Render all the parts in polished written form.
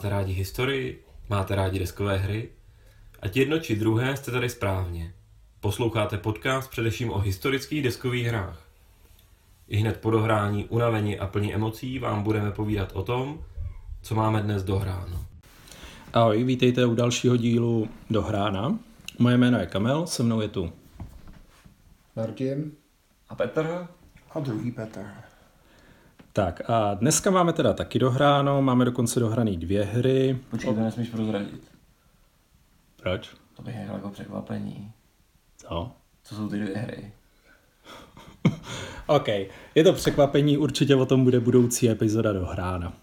Máte rádi historii? Máte rádi deskové hry? Ať jedno či druhé jste tady správně. Posloucháte podcast především o historických deskových hrách. Ihned po dohrání, unavení a plní emocí vám budeme povídat o tom, co máme dnes dohráno. Ahoj, vítejte u dalšího dílu Dohrána. Moje jméno je Kamil, se mnou je tu Martin A Petr? a druhý Petr. Tak a dneska máme teda taky dohráno, máme dokonce dohraný 2 hry. Počkej, to nesmíš prozradit. Proč? To bych nechal jako překvapení. Co? Co jsou ty 2 hry? OK, je to překvapení, určitě o tom bude budoucí epizoda Dohrána.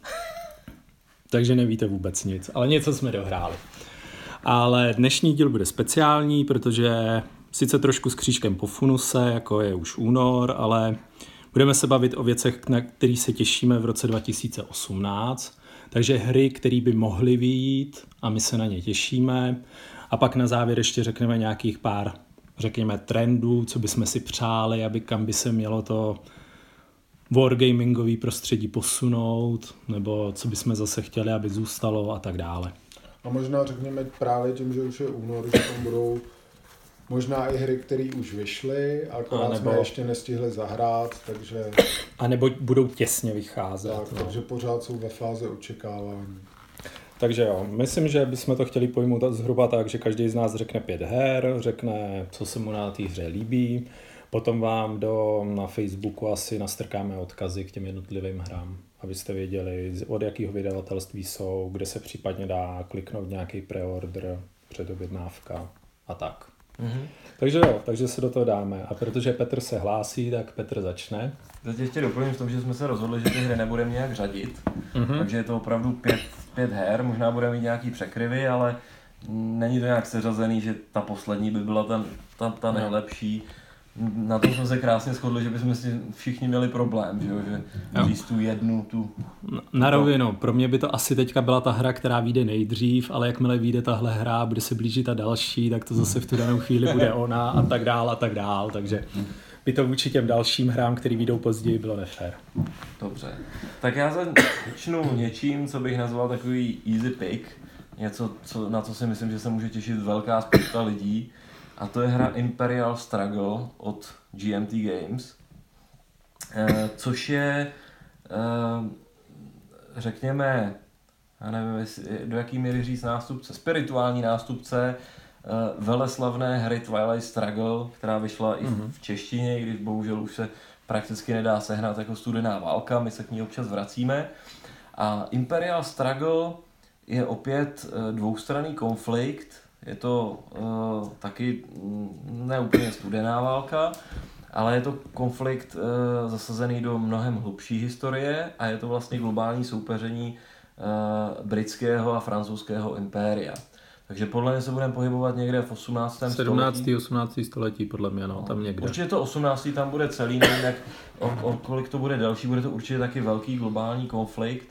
Takže nevíte vůbec nic, ale něco jsme dohráli. Ale dnešní díl bude speciální, protože sice trošku s křížkem po funuse, jako je už únor, ale budeme se bavit o věcech, na které se těšíme v roce 2018. Takže hry, které by mohly vyjít a my se na ně těšíme. A pak na závěr ještě řekneme nějakých pár, řekněme, trendů, co bychom si přáli, aby kam by se mělo to wargamingový prostředí posunout, nebo co bychom zase chtěli, aby zůstalo a tak dále. A možná řekněme právě tím, že už je únor, že tam budou možná i hry, které už vyšly, akorát jsme ještě nestihli zahrát, takže... A nebo budou těsně vycházet. Tak, no. takže pořád jsou ve fázi očekávání. Takže jo, myslím, že bychom to chtěli pojmout zhruba tak, že každý z nás řekne 5 her, řekne, co se mu na té hře líbí, potom vám na Facebooku asi nastrkáme odkazy k těm jednotlivým hrám, abyste věděli, od jakého vydavatelství jsou, kde se případně dá kliknout nějaký preorder, předobjednávka a tak. Mm-hmm. Takže jo, takže se do toho dáme. A protože Petr se hlásí, tak Petr začne. Teď ještě doplním v tom, že jsme se rozhodli, že ty hry nebudeme nějak řadit, takže je to opravdu 5 her, možná budeme mít nějaký překryvy, ale není to nějak seřazený, že ta poslední by byla ta nejlepší. Na tom jsme se krásně shodli, že bychom si všichni měli problém, že říct tu jednu, tu... Na rovinu, pro mě by to asi teďka byla ta hra, která vyjde nejdřív, ale jakmile vyjde tahle hra, bude se blížit ta další, tak to zase v tu danou chvíli bude ona a tak dál, takže by to vůči těm dalším hrám, který vyjdou později, bylo nefér. Dobře, tak já začnu něčím, co bych nazval takový easy pick, něco, na co si myslím, že se může těšit velká spousta lidí. A to je hra Imperial Struggle od GMT Games, což je, řekněme, já nevím, do jaký míry říct nástupce, spirituální nástupce veleslavné hry Twilight Struggle, která vyšla i v češtině, i když bohužel už se prakticky nedá sehnat jako Studená válka, my se k ní občas vracíme. A Imperial Struggle je opět dvoustranný konflikt. Je to taky ne úplně studená válka, ale je to konflikt zasazený do mnohem hlubší historie a je to vlastně globální soupeření britského a francouzského impéria. Takže podle mě se budeme pohybovat někde v 18. 18. století, podle mě, no, tam někde. Určitě to 18. tam bude celý, nevím, jak, kolik to bude delší, bude to určitě taky velký globální konflikt.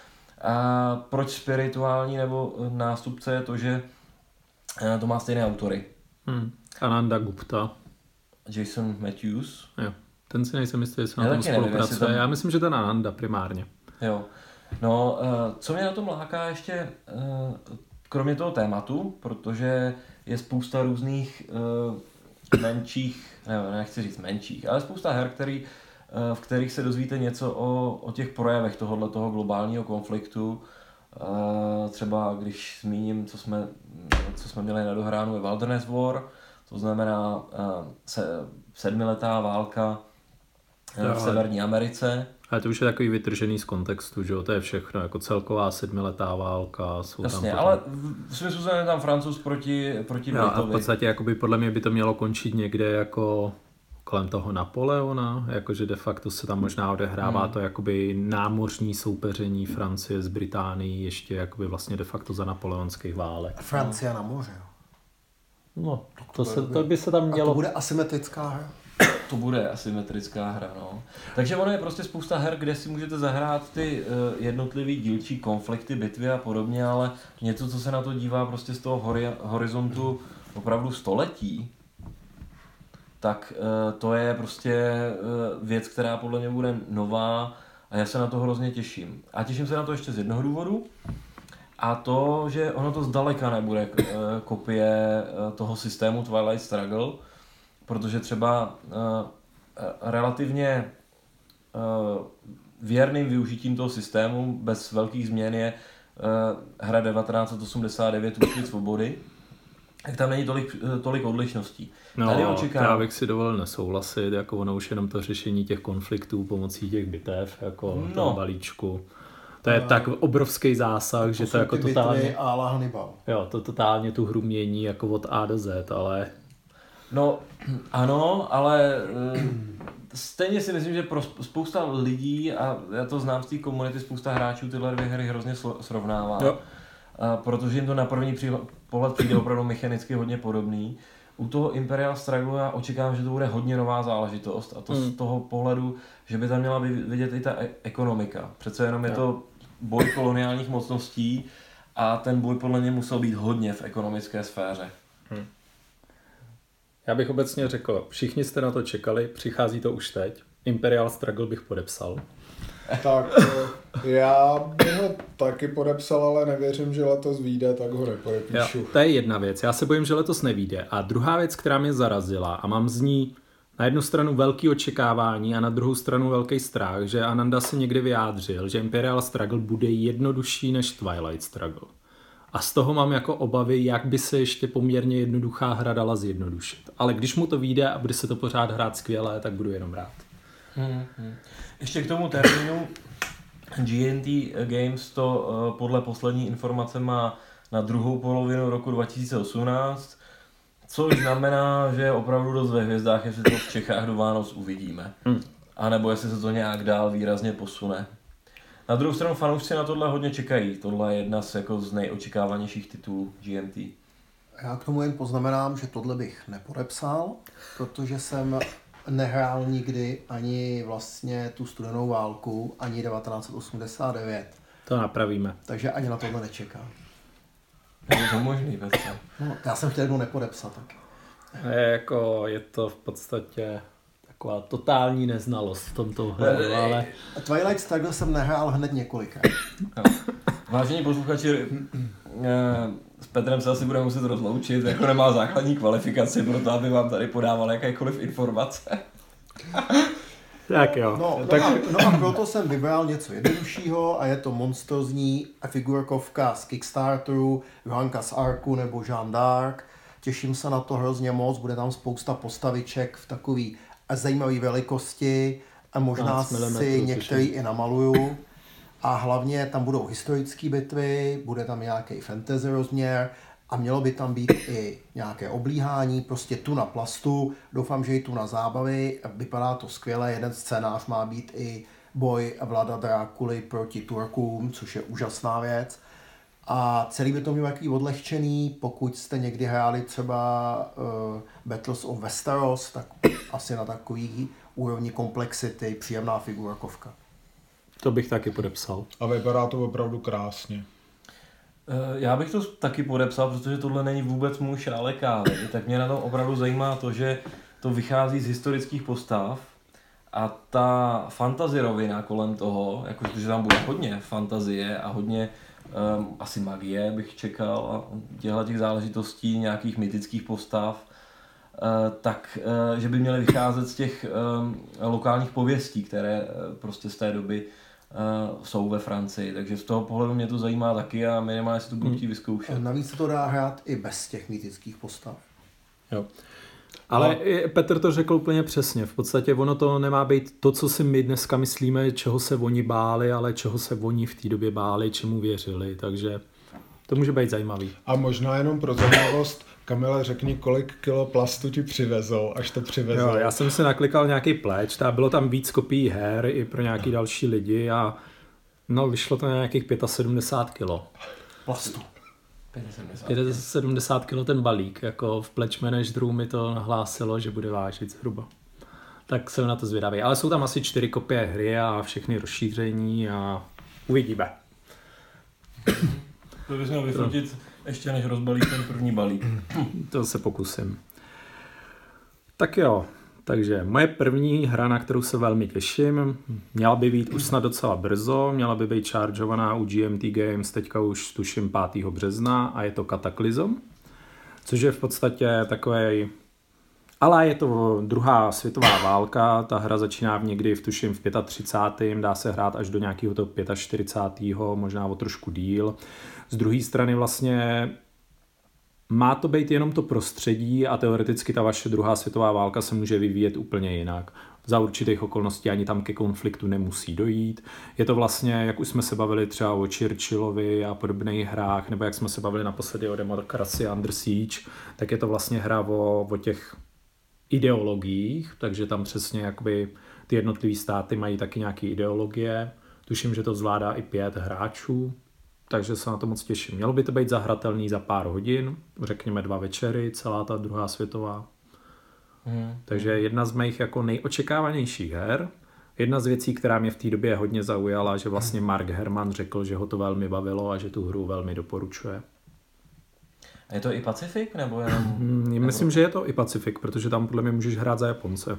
A proč spirituální nebo nástupce je to, že to má stejné autory. Ananda Gupta. Jason Matthews. Jo. Ten si nejsem jistý, jestli na tom spolupracuje. Já myslím, že ten Ananda primárně. Jo. No, co mě na tom láká ještě, kromě toho tématu, protože je spousta různých menších, nechci říct menších, ale spousta her, v kterých se dozvíte něco o těch projevech tohoto globálního konfliktu. Třeba když zmíním, co jsme měli na dohránu, je Wilderness War, to znamená 7letá válka v Severní Americe. Ale to už je takový vytržený z kontextu, že jo, to je všechno, jako celková 7letá válka. Jasně, tam ale v smyslu je tam Francouz proti Britovi. A v podstatě jakoby, podle mě by to mělo končit někde jako kolem toho Napoleona, jakože de facto se tam možná odehrává to jakoby námořní soupeření Francie s Británií ještě jakoby vlastně de facto za napoleonských válek. Francie na moře, jo. No, to by se tam mělo... A to bude asymetrická hra? To bude asymetrická hra, no. Takže ono je prostě spousta her, kde si můžete zahrát ty jednotlivý dílčí konflikty, bitvy a podobně, ale něco, co se na to dívá prostě z toho horizontu opravdu století, tak to je prostě věc, která podle mě bude nová a já se na to hrozně těším. A těším se na to ještě z jednoho důvodu. A to, že ono to zdaleka nebude kopie toho systému Twilight Struggle, protože třeba relativně věrným využitím toho systému bez velkých změn je hra 1989 Úsvit svobody, tak tam není tolik odlišností. No, tady já bych si dovolil nesouhlasit, jako ono už jenom to řešení těch konfliktů pomocí těch bitev, jako toho balíčku. To je tak obrovský zásah, že to jako totálně... Ála Hannibal. Jo, to totálně tu hru mění jako od A do Z, ale... No, ano, ale stejně si myslím, že pro spousta lidí, a já to znám z té komunity, spousta hráčů tyhle dvě hry hrozně srovnává. Jo. Protože jim to na první pohled přijde opravdu mechanicky hodně podobný. U toho Imperial Struggle já očekávám, že to bude hodně nová záležitost a to z toho pohledu, že by tam měla vidět i ta ekonomika. Přece jenom je to boj koloniálních mocností a ten boj podle mě musel být hodně v ekonomické sféře. Já bych obecně řekl, všichni jste na to čekali, přichází to už teď. Imperial Struggle bych podepsal. Tak já bych ho taky podepsal, ale nevěřím, že letos vyjde, tak ho nepodepíšu. Jo, to je jedna věc. Já se bojím, že letos nevyjde. A druhá věc, která mě zarazila a mám z ní na jednu stranu velký očekávání a na druhou stranu velký strach, že Ananda se někdy vyjádřil, že Imperial Struggle bude jednodušší než Twilight Struggle. A z toho mám jako obavy, jak by se ještě poměrně jednoduchá hra dala zjednodušit. Ale když mu to vyjde a bude se to pořád hrát skvěle, tak budu jenom rád. Ještě k tomu termínu G&T Games to podle poslední informace má na druhou polovinu roku 2018, což znamená, že je opravdu dost ve hvězdách, jestli to v Čechách do Vánoc uvidíme. A nebo jestli se to nějak dál výrazně posune. Na druhou stranu fanoušci na tohle hodně čekají. Tohle je jedna z nejočekávanějších titulů G&T. Já k tomu jen poznamenám, že tohle bych nepodepsal, protože jsem nehrál nikdy ani vlastně tu studenou válku, ani 1989. To napravíme. Takže ani na tohle nečekám. Je to možný, Petře. No, já jsem chtěl jednou nepodepsat taky. Je to v podstatě taková totální neznalost v tomto hledu, ale... Twilight Struggle jsem nehrál hned několikrát. Vážení posluchači, s Petrem se asi budeme muset rozloučit, jako nemá základní kvalifikaci pro to, aby vám tady podával jakékoliv informace. Tak jo. No a proto jsem vybral něco jednoduššího a je to monstrózní figurkovka z Kickstarteru, Johanka z Arku nebo Jeanne d'Arc. Těším se na to hrozně moc, bude tam spousta postaviček v takový zajímavé velikosti a možná si některý i namaluju. A hlavně tam budou historické bitvy, bude tam nějaký fantasy rozměr a mělo by tam být i nějaké oblíhání, prostě tu na plastu, doufám, že i tu na zábavy, vypadá to skvěle, jeden scénář má být i boj Vlada Drákuly proti Turkům, což je úžasná věc. A celý by to měl jaký odlehčený, pokud jste někdy hráli třeba Battles of Westeros, tak asi na takový úrovni komplexity, příjemná figurkovka. To bych taky podepsal. A vypadá to opravdu krásně. Já bych to taky podepsal, protože tohle není vůbec můj šálek kávy. Tak mě na tom opravdu zajímá to, že to vychází z historických postav a ta fantasy rovina kolem toho, jakože tam bude hodně fantazie a hodně asi magie bych čekal a těch záležitostí, nějakých mytických postav, tak, že by měly vycházet z těch lokálních pověstí, které prostě z té doby jsou ve Francii, takže z toho pohledu mě to zajímá taky a minimálně si to budu chtít vyzkoušet. Navíc se to dá hrát i bez těch mýtických postav. Jo. Ale Petr to řekl úplně přesně. V podstatě ono to nemá být to, co si my dneska myslíme, čeho se oni báli, ale čeho se oni v té době báli, čemu věřili, takže to může být zajímavý. A možná jenom pro zajímavost, Kamile, řekni, kolik kilo plastu ti přivezou, až to přivezou. Jo, já jsem si naklikal nějaký pléč, bylo tam víc kopií her i pro nějaký další lidi a vyšlo to na nějakých 75 kilo. Plastu. 70 kilo ten balík, jako v Pledge Manageru mi to nahlásilo, že bude vážit zhruba. Tak jsem na to zvědavý. Ale jsou tam asi 4 kopie hry a všechny rozšíření a uvidíme. To bys měl vyfotit ještě než rozbalíš ten první balík. To se pokusím. Tak jo, Takže moje první hra, na kterou se velmi těším, měla by být už snad docela brzo, měla by být chargeovaná u GMT Games teďka už tuším 5. března a je to Cataclysm, což je v podstatě takovej, ale je to druhá světová válka, ta hra začíná někdy tuším v 35. dá se hrát až do nějakého toho 45. možná o trošku díl. Z druhé strany vlastně má to být jenom to prostředí a teoreticky ta vaše druhá světová válka se může vyvíjet úplně jinak. Za určitých okolností ani tam ke konfliktu nemusí dojít. Je to vlastně, jak už jsme se bavili třeba o Churchillovi a podobných hrách, nebo jak jsme se bavili naposledy o Democracy Under Siege, tak je to vlastně hra o těch ideologiích, takže tam přesně jakoby ty jednotlivé státy mají taky nějaké ideologie. Tuším, že to zvládá i 5 hráčů, takže se na to moc těším. Mělo by to být zahratelný za pár hodin, řekněme 2 večery, celá ta druhá světová. Takže jedna z mých jako nejočekávanějších her. Jedna z věcí, která mě v té době hodně zaujala, že vlastně Mark Herman řekl, že ho to velmi bavilo a že tu hru velmi doporučuje. A je to i Pacifik? Nebo jenom... Myslím, že je to i Pacifik, protože tam podle mě můžeš hrát za Japonce.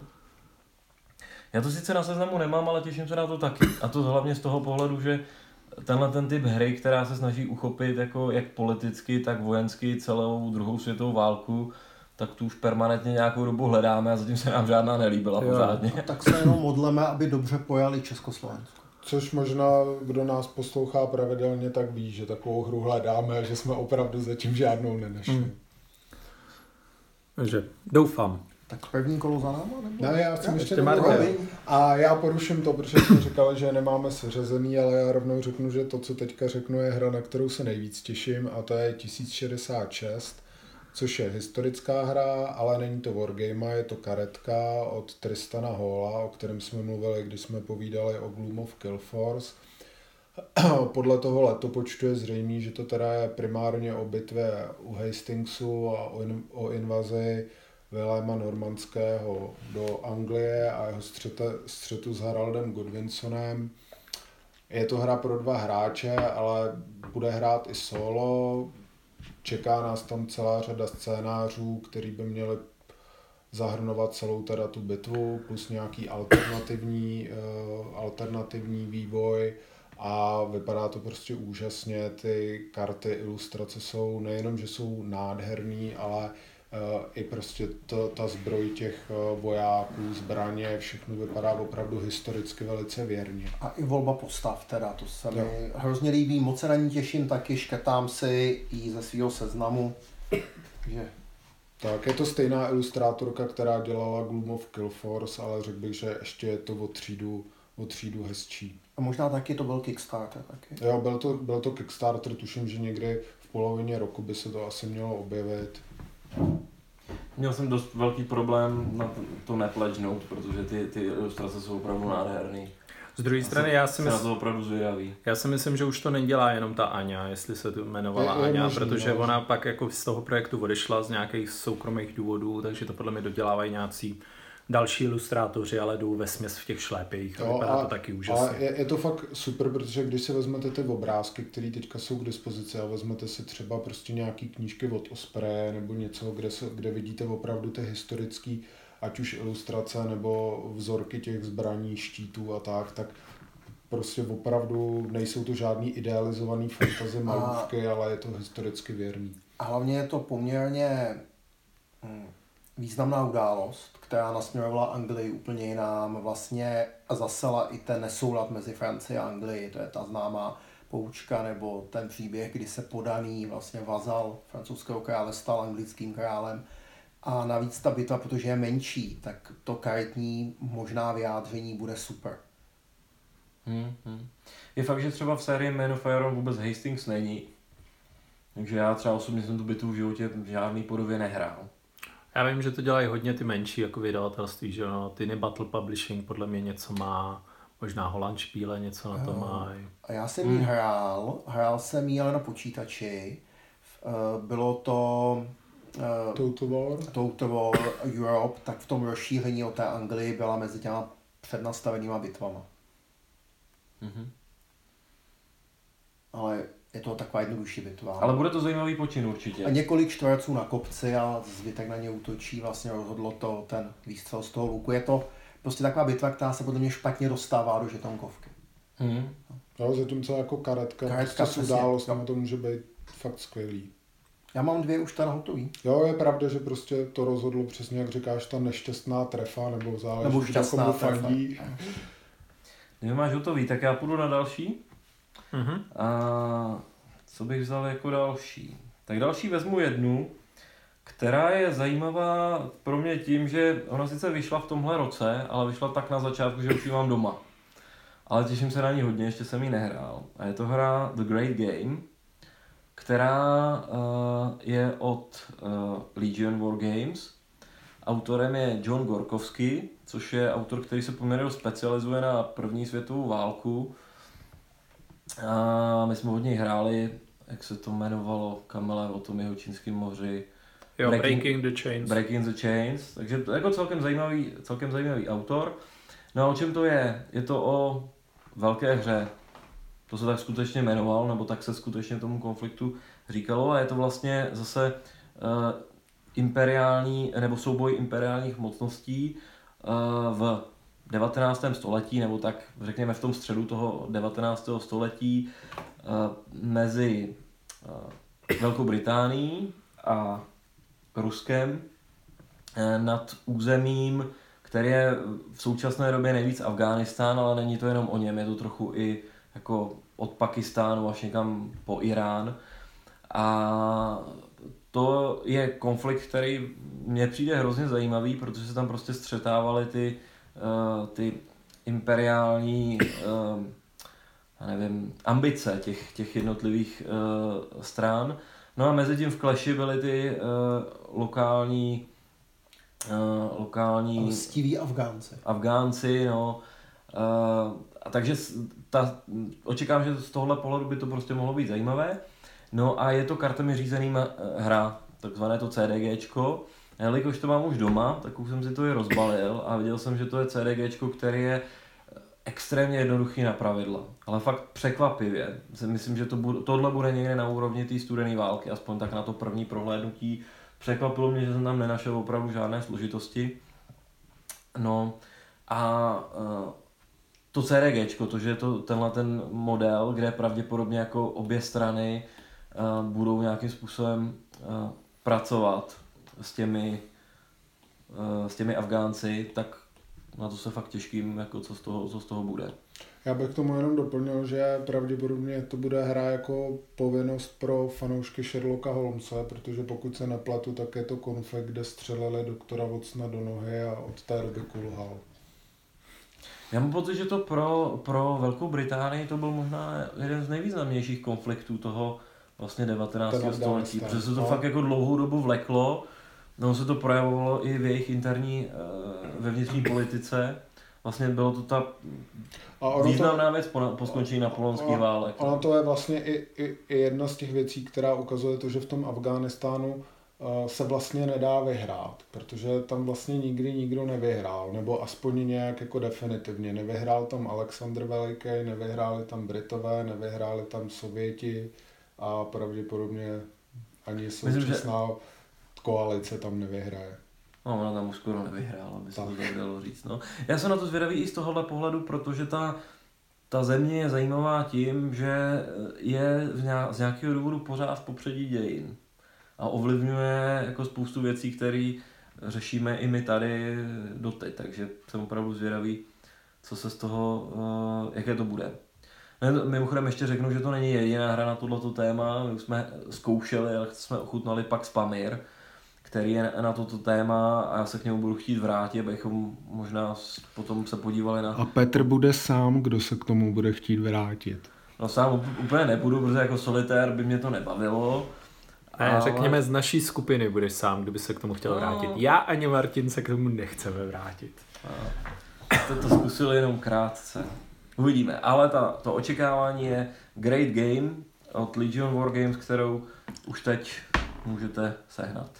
Já to sice na seznamu nemám, ale těším se na to taky. A to hlavně z toho pohledu, že tenhle ten typ hry, která se snaží uchopit jako jak politicky, tak vojensky celou druhou světovou válku, tak tu už permanentně nějakou dobu hledáme a zatím se nám žádná nelíbila pořádně. A tak se jenom modleme, aby dobře pojali Československo. Což možná, kdo nás poslouchá pravidelně, tak ví, že takovou hru hledáme a že jsme opravdu zatím žádnou nenašli. Takže doufám. Tak první kolo za náma? Nebo? Ne, já jsem ještě nemluvil. A já poruším to, protože jsme říkali, že nemáme seřazený, ale já rovnou řeknu, že to, co teďka řeknu, je hra, na kterou se nejvíc těším, a to je 1066, což je historická hra, ale není to wargame, je to karetka od Tristana Halla, o kterém jsme mluvili, když jsme povídali o Gloom of Killforce. Podle toho letopočtu je zřejmé, že to teda je primárně o bitvě u Hastingsu a o invazi Viléma Normandského do Anglie a jeho střetu s Haraldem Godwinsonem. Je to hra pro 2 hráče, ale bude hrát i solo. Čeká nás tam celá řada scénářů, který by měly zahrnovat celou teda tu bitvu, plus nějaký alternativní vývoj, a vypadá to prostě úžasně. Ty karty, ilustrace jsou nejenom, že jsou nádherný, ale i prostě ta zbroj těch vojáků, zbraně, všechno vypadá opravdu historicky velice věrně. A i volba postav teda, to se mi hrozně líbí, moc se na ní těším, taky škrtám si ji ze svého seznamu. Že... Tak, je to stejná ilustrátorka, která dělala Gloom of Killforce, ale řekl bych, že ještě je to o třídu hezčí. A možná taky to byl Kickstarter taky. Jo, byl to Kickstarter, tuším, že někdy v polovině roku by se to asi mělo objevit. Měl jsem dost velký problém na to nepledgnout, protože ty ilustrace jsou opravdu nádherný. Z druhé strany já si myslím, že už to nedělá jenom ta Aňa, jestli se to jmenovala Aňa, možný, protože ona pak jako z toho projektu odešla z nějakých soukromých důvodů, takže to podle mě dodělávají nějací další ilustrátoři, ale jdou vesměs v těch šlépějích a vypadá to taky úžasně. Je to fakt super, protože když si vezmete ty obrázky, které teďka jsou k dispozici, a vezmete si třeba prostě nějaký knížky od Ospreje nebo něco, kde vidíte opravdu ty historický, ať už ilustrace nebo vzorky těch zbraní, štítů a tak prostě opravdu nejsou to žádný idealizovaný fantasy malůvky, ale je to historicky věrný. A hlavně je to poměrně významná událost, která nasměrovala Anglii úplně jinam, vlastně zasela i ten nesoulad mezi Francií a Anglii, to je ta známá poučka, nebo ten příběh, kdy se podaný vlastně vazal francouzského krále stal anglickým králem. A navíc ta bitva, protože je menší, tak to karetní možná vyjádření bude super. Je fakt, že třeba v sérii Man of Iron vůbec Hastings není. Takže já třeba osobně jsem tu bitvu v životě v žádný podobě nehrál. Já vím, že to dělají hodně ty menší jako vydavatelství, že no, ty Battle Publishing podle mě něco má, možná Holland Spiele něco na to má. A já jsem jí hrál jsem jí ale na počítači, bylo to Total War Europe, tak v tom rozšíření o té Anglii byla mezi těma přednastavenýma bitvama. Ale to taková jednodušší bitva. Ale bude to zajímavý počin určitě. A několik čtverců na kopci a zbytek na ně útočí, vlastně rozhodlo to ten výstřel z toho luku. Je to prostě taková bitva, která se podle mě špatně dostává do žetonkovky. Jo, zatímco jako karetka prostě s událostmi, to může být fakt skvělý. Já mám 2 už tady hotový. Jo, je pravda, že prostě to rozhodlo přesně, jak říkáš, ta nešťastná trefa, nebo záleží, nebo šťastná trefa. Když máš hotový, tak já půjdu na další. A co bych vzal jako další? Tak další vezmu jednu, která je zajímavá pro mě tím, že ona sice vyšla v tomhle roce, ale vyšla tak na začátku, že už ji mám doma. Ale těším se na ní hodně, ještě jsem ji nehrál. A je to hra The Great Game, která je od Legion Wargames. Autorem je John Gorkovsky, což je autor, který se poměrně specializuje na první světovou válku. A my jsme od něj hráli, jak se to jmenovalo, Kamele o tom Jihočínském moři. Jo, Breaking the Chains. Breaking the Chains, takže to je jako celkem zajímavý autor. No a o čem to je? Je to o velké hře. To se tak skutečně jmenoval, nebo tak se skutečně tomu konfliktu říkalo a je to vlastně zase imperiální, nebo souboj imperiálních mocností v 19. století, nebo tak řekněme v tom středu toho 19. století mezi Velkou Británií a Ruskem nad územím, který je v současné době nejvíc Afghánistán, ale není to jenom o něm, je to trochu i jako od Pakistánu až někam po Irán. A to je konflikt, který mně přijde hrozně zajímavý, protože se tam prostě střetávaly ty imperiální ambice těch jednotlivých stran. No a mezi tím v kleši byly ty lokální Lstiví Afgánci, no. A takže očekávám, že z tohohle pohledu by to prostě mohlo být zajímavé. No a je to kartami řízeným hra, takzvané to CDGčko. Jelikož to mám už doma, tak už jsem si to i rozbalil a viděl jsem, že to je CDGčko, který je extrémně jednoduchý na pravidla. Ale fakt překvapivě. Myslím, že tohle bude někde na úrovni té studené války, aspoň tak na to první prohlédnutí. Překvapilo mě, že jsem tam nenašel opravdu žádné složitosti. No a to CDGčko, to, že je to tenhle ten model, kde pravděpodobně jako obě strany budou nějakým způsobem pracovat s těmi Afgánci, tak na to se fakt těším, jako co z toho bude. Já bych tomu jenom doplnil, že pravděpodobně to bude hra jako povinnost pro fanoušky Sherlocka Holmese, protože pokud se nepletu, tak je to konflikt, kde střelili doktora Watsona do nohy a od té doby kulhal. Já mám pocit, že to pro Velkou Británii to byl možná jeden z nejvýznamnějších konfliktů toho vlastně 19. století, protože se to fakt jako dlouhou dobu vleklo, no se to projevovalo i v jejich ve vnitřní politice. Vlastně bylo to ta významná věc po skončení napoleonských válek. Ono to je vlastně i jedna z těch věcí, která ukazuje to, že v tom Afghánistánu se vlastně nedá vyhrát, protože tam vlastně nikdy nikdo nevyhrál, nebo aspoň nějak jako definitivně. Nevyhrál tam Alexandr Veliký, nevyhráli tam Britové, nevyhráli tam Sověti a pravděpodobně ani současná koalice tam nevyhraje. No, ona tam už skoro nevyhrála, aby se to tak dalo říct. No. Já jsem na to zvědavý i z tohohle pohledu, protože ta země je zajímavá tím, že je z nějakého důvodu pořád v popředí dějin. A ovlivňuje jako spoustu věcí, které řešíme i my tady doteď. Takže jsem opravdu zvědavý, co se z toho, jaké to bude. Mimochodem ještě řeknu, že to není jediná hra na tohleto téma. My už jsme zkoušeli, ale jsme ochutnali Pax Pamir, který je na toto téma a já se k němu budu chtít vrátit, abychom možná potom se podívali na... A Petr bude sám, kdo se k tomu bude chtít vrátit. No sám úplně nebudu, protože jako solitér by mě to nebavilo. Ne, ale... řekněme z naší skupiny budeš sám, kdyby se k tomu chtěl vrátit. Já ani Martin se k tomu nechceme vrátit. To zkusili jenom krátce. Uvidíme, ale to očekávání je Great Game od Legion Wargames, kterou už teď můžete sehnat.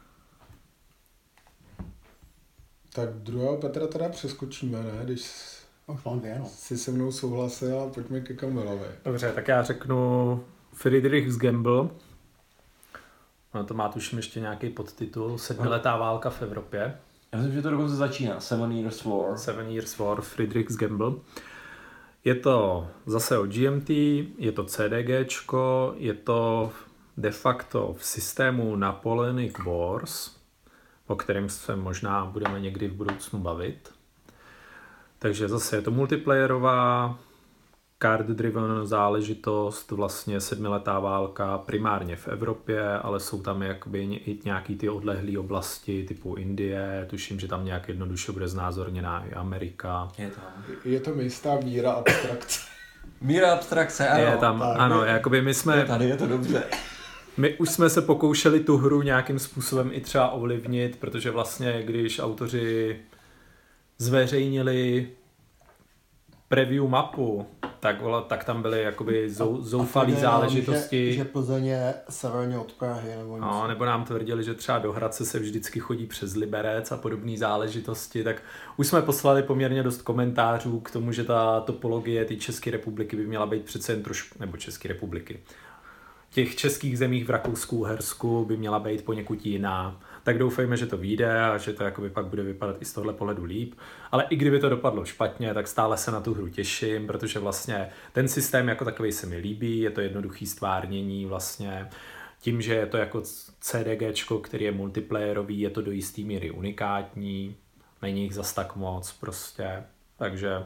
Tak druhého Petra teda přeskočíme, ne? Když jsi se mnou souhlasil a pojďme ke Kamelovi. Dobře, tak já řeknu Friedrich's Gamble. No to má tuším ještě nějaký podtitul. 7letá válka v Evropě. Já myslím, že to dokonce začíná. 7 Years War. 7 Years War, Friedrich's Gamble. Je to zase o GMT, je to CDGčko, je to de facto v systému Napoleonic Wars, o kterém se možná budeme někdy v budoucnu bavit. Takže zase je to multiplayerová, card-driven záležitost, vlastně 7letá válka primárně v Evropě, ale jsou tam jakoby i nějaký ty odlehlé oblasti typu Indie, tuším, že tam nějak jednoduše bude znázorněná i Amerika. Je to jistá míra abstrakce. Míra abstrakce, ano. Je tam, ano, jakoby my jsme... Tady je to dobře. My už jsme se pokoušeli tu hru nějakým způsobem i třeba ovlivnit, protože vlastně, když autoři zveřejnili preview mapu, tak tam byly jakoby zoufalý záležitosti. Že Plzeň je severně od Prahy. Nebo nám tvrdili, že třeba do Hradce se vždycky chodí přes Liberec a podobné záležitosti, tak už jsme poslali poměrně dost komentářů k tomu, že ta topologie té České republiky by měla být přece jen trošku, nebo České republiky, těch českých zemích v Rakousku, Hersku by měla být poněkud jiná. Tak doufejme, že to vyjde a že to jakoby pak bude vypadat i z tohle pohledu líp. Ale i kdyby to dopadlo špatně, tak stále se na tu hru těším, protože vlastně ten systém jako takový se mi líbí, je to jednoduchý stvárnění vlastně. Tím, že je to jako CDGčko, který je multiplayerový, je to do jistý míry unikátní, není jich zas tak moc prostě, takže...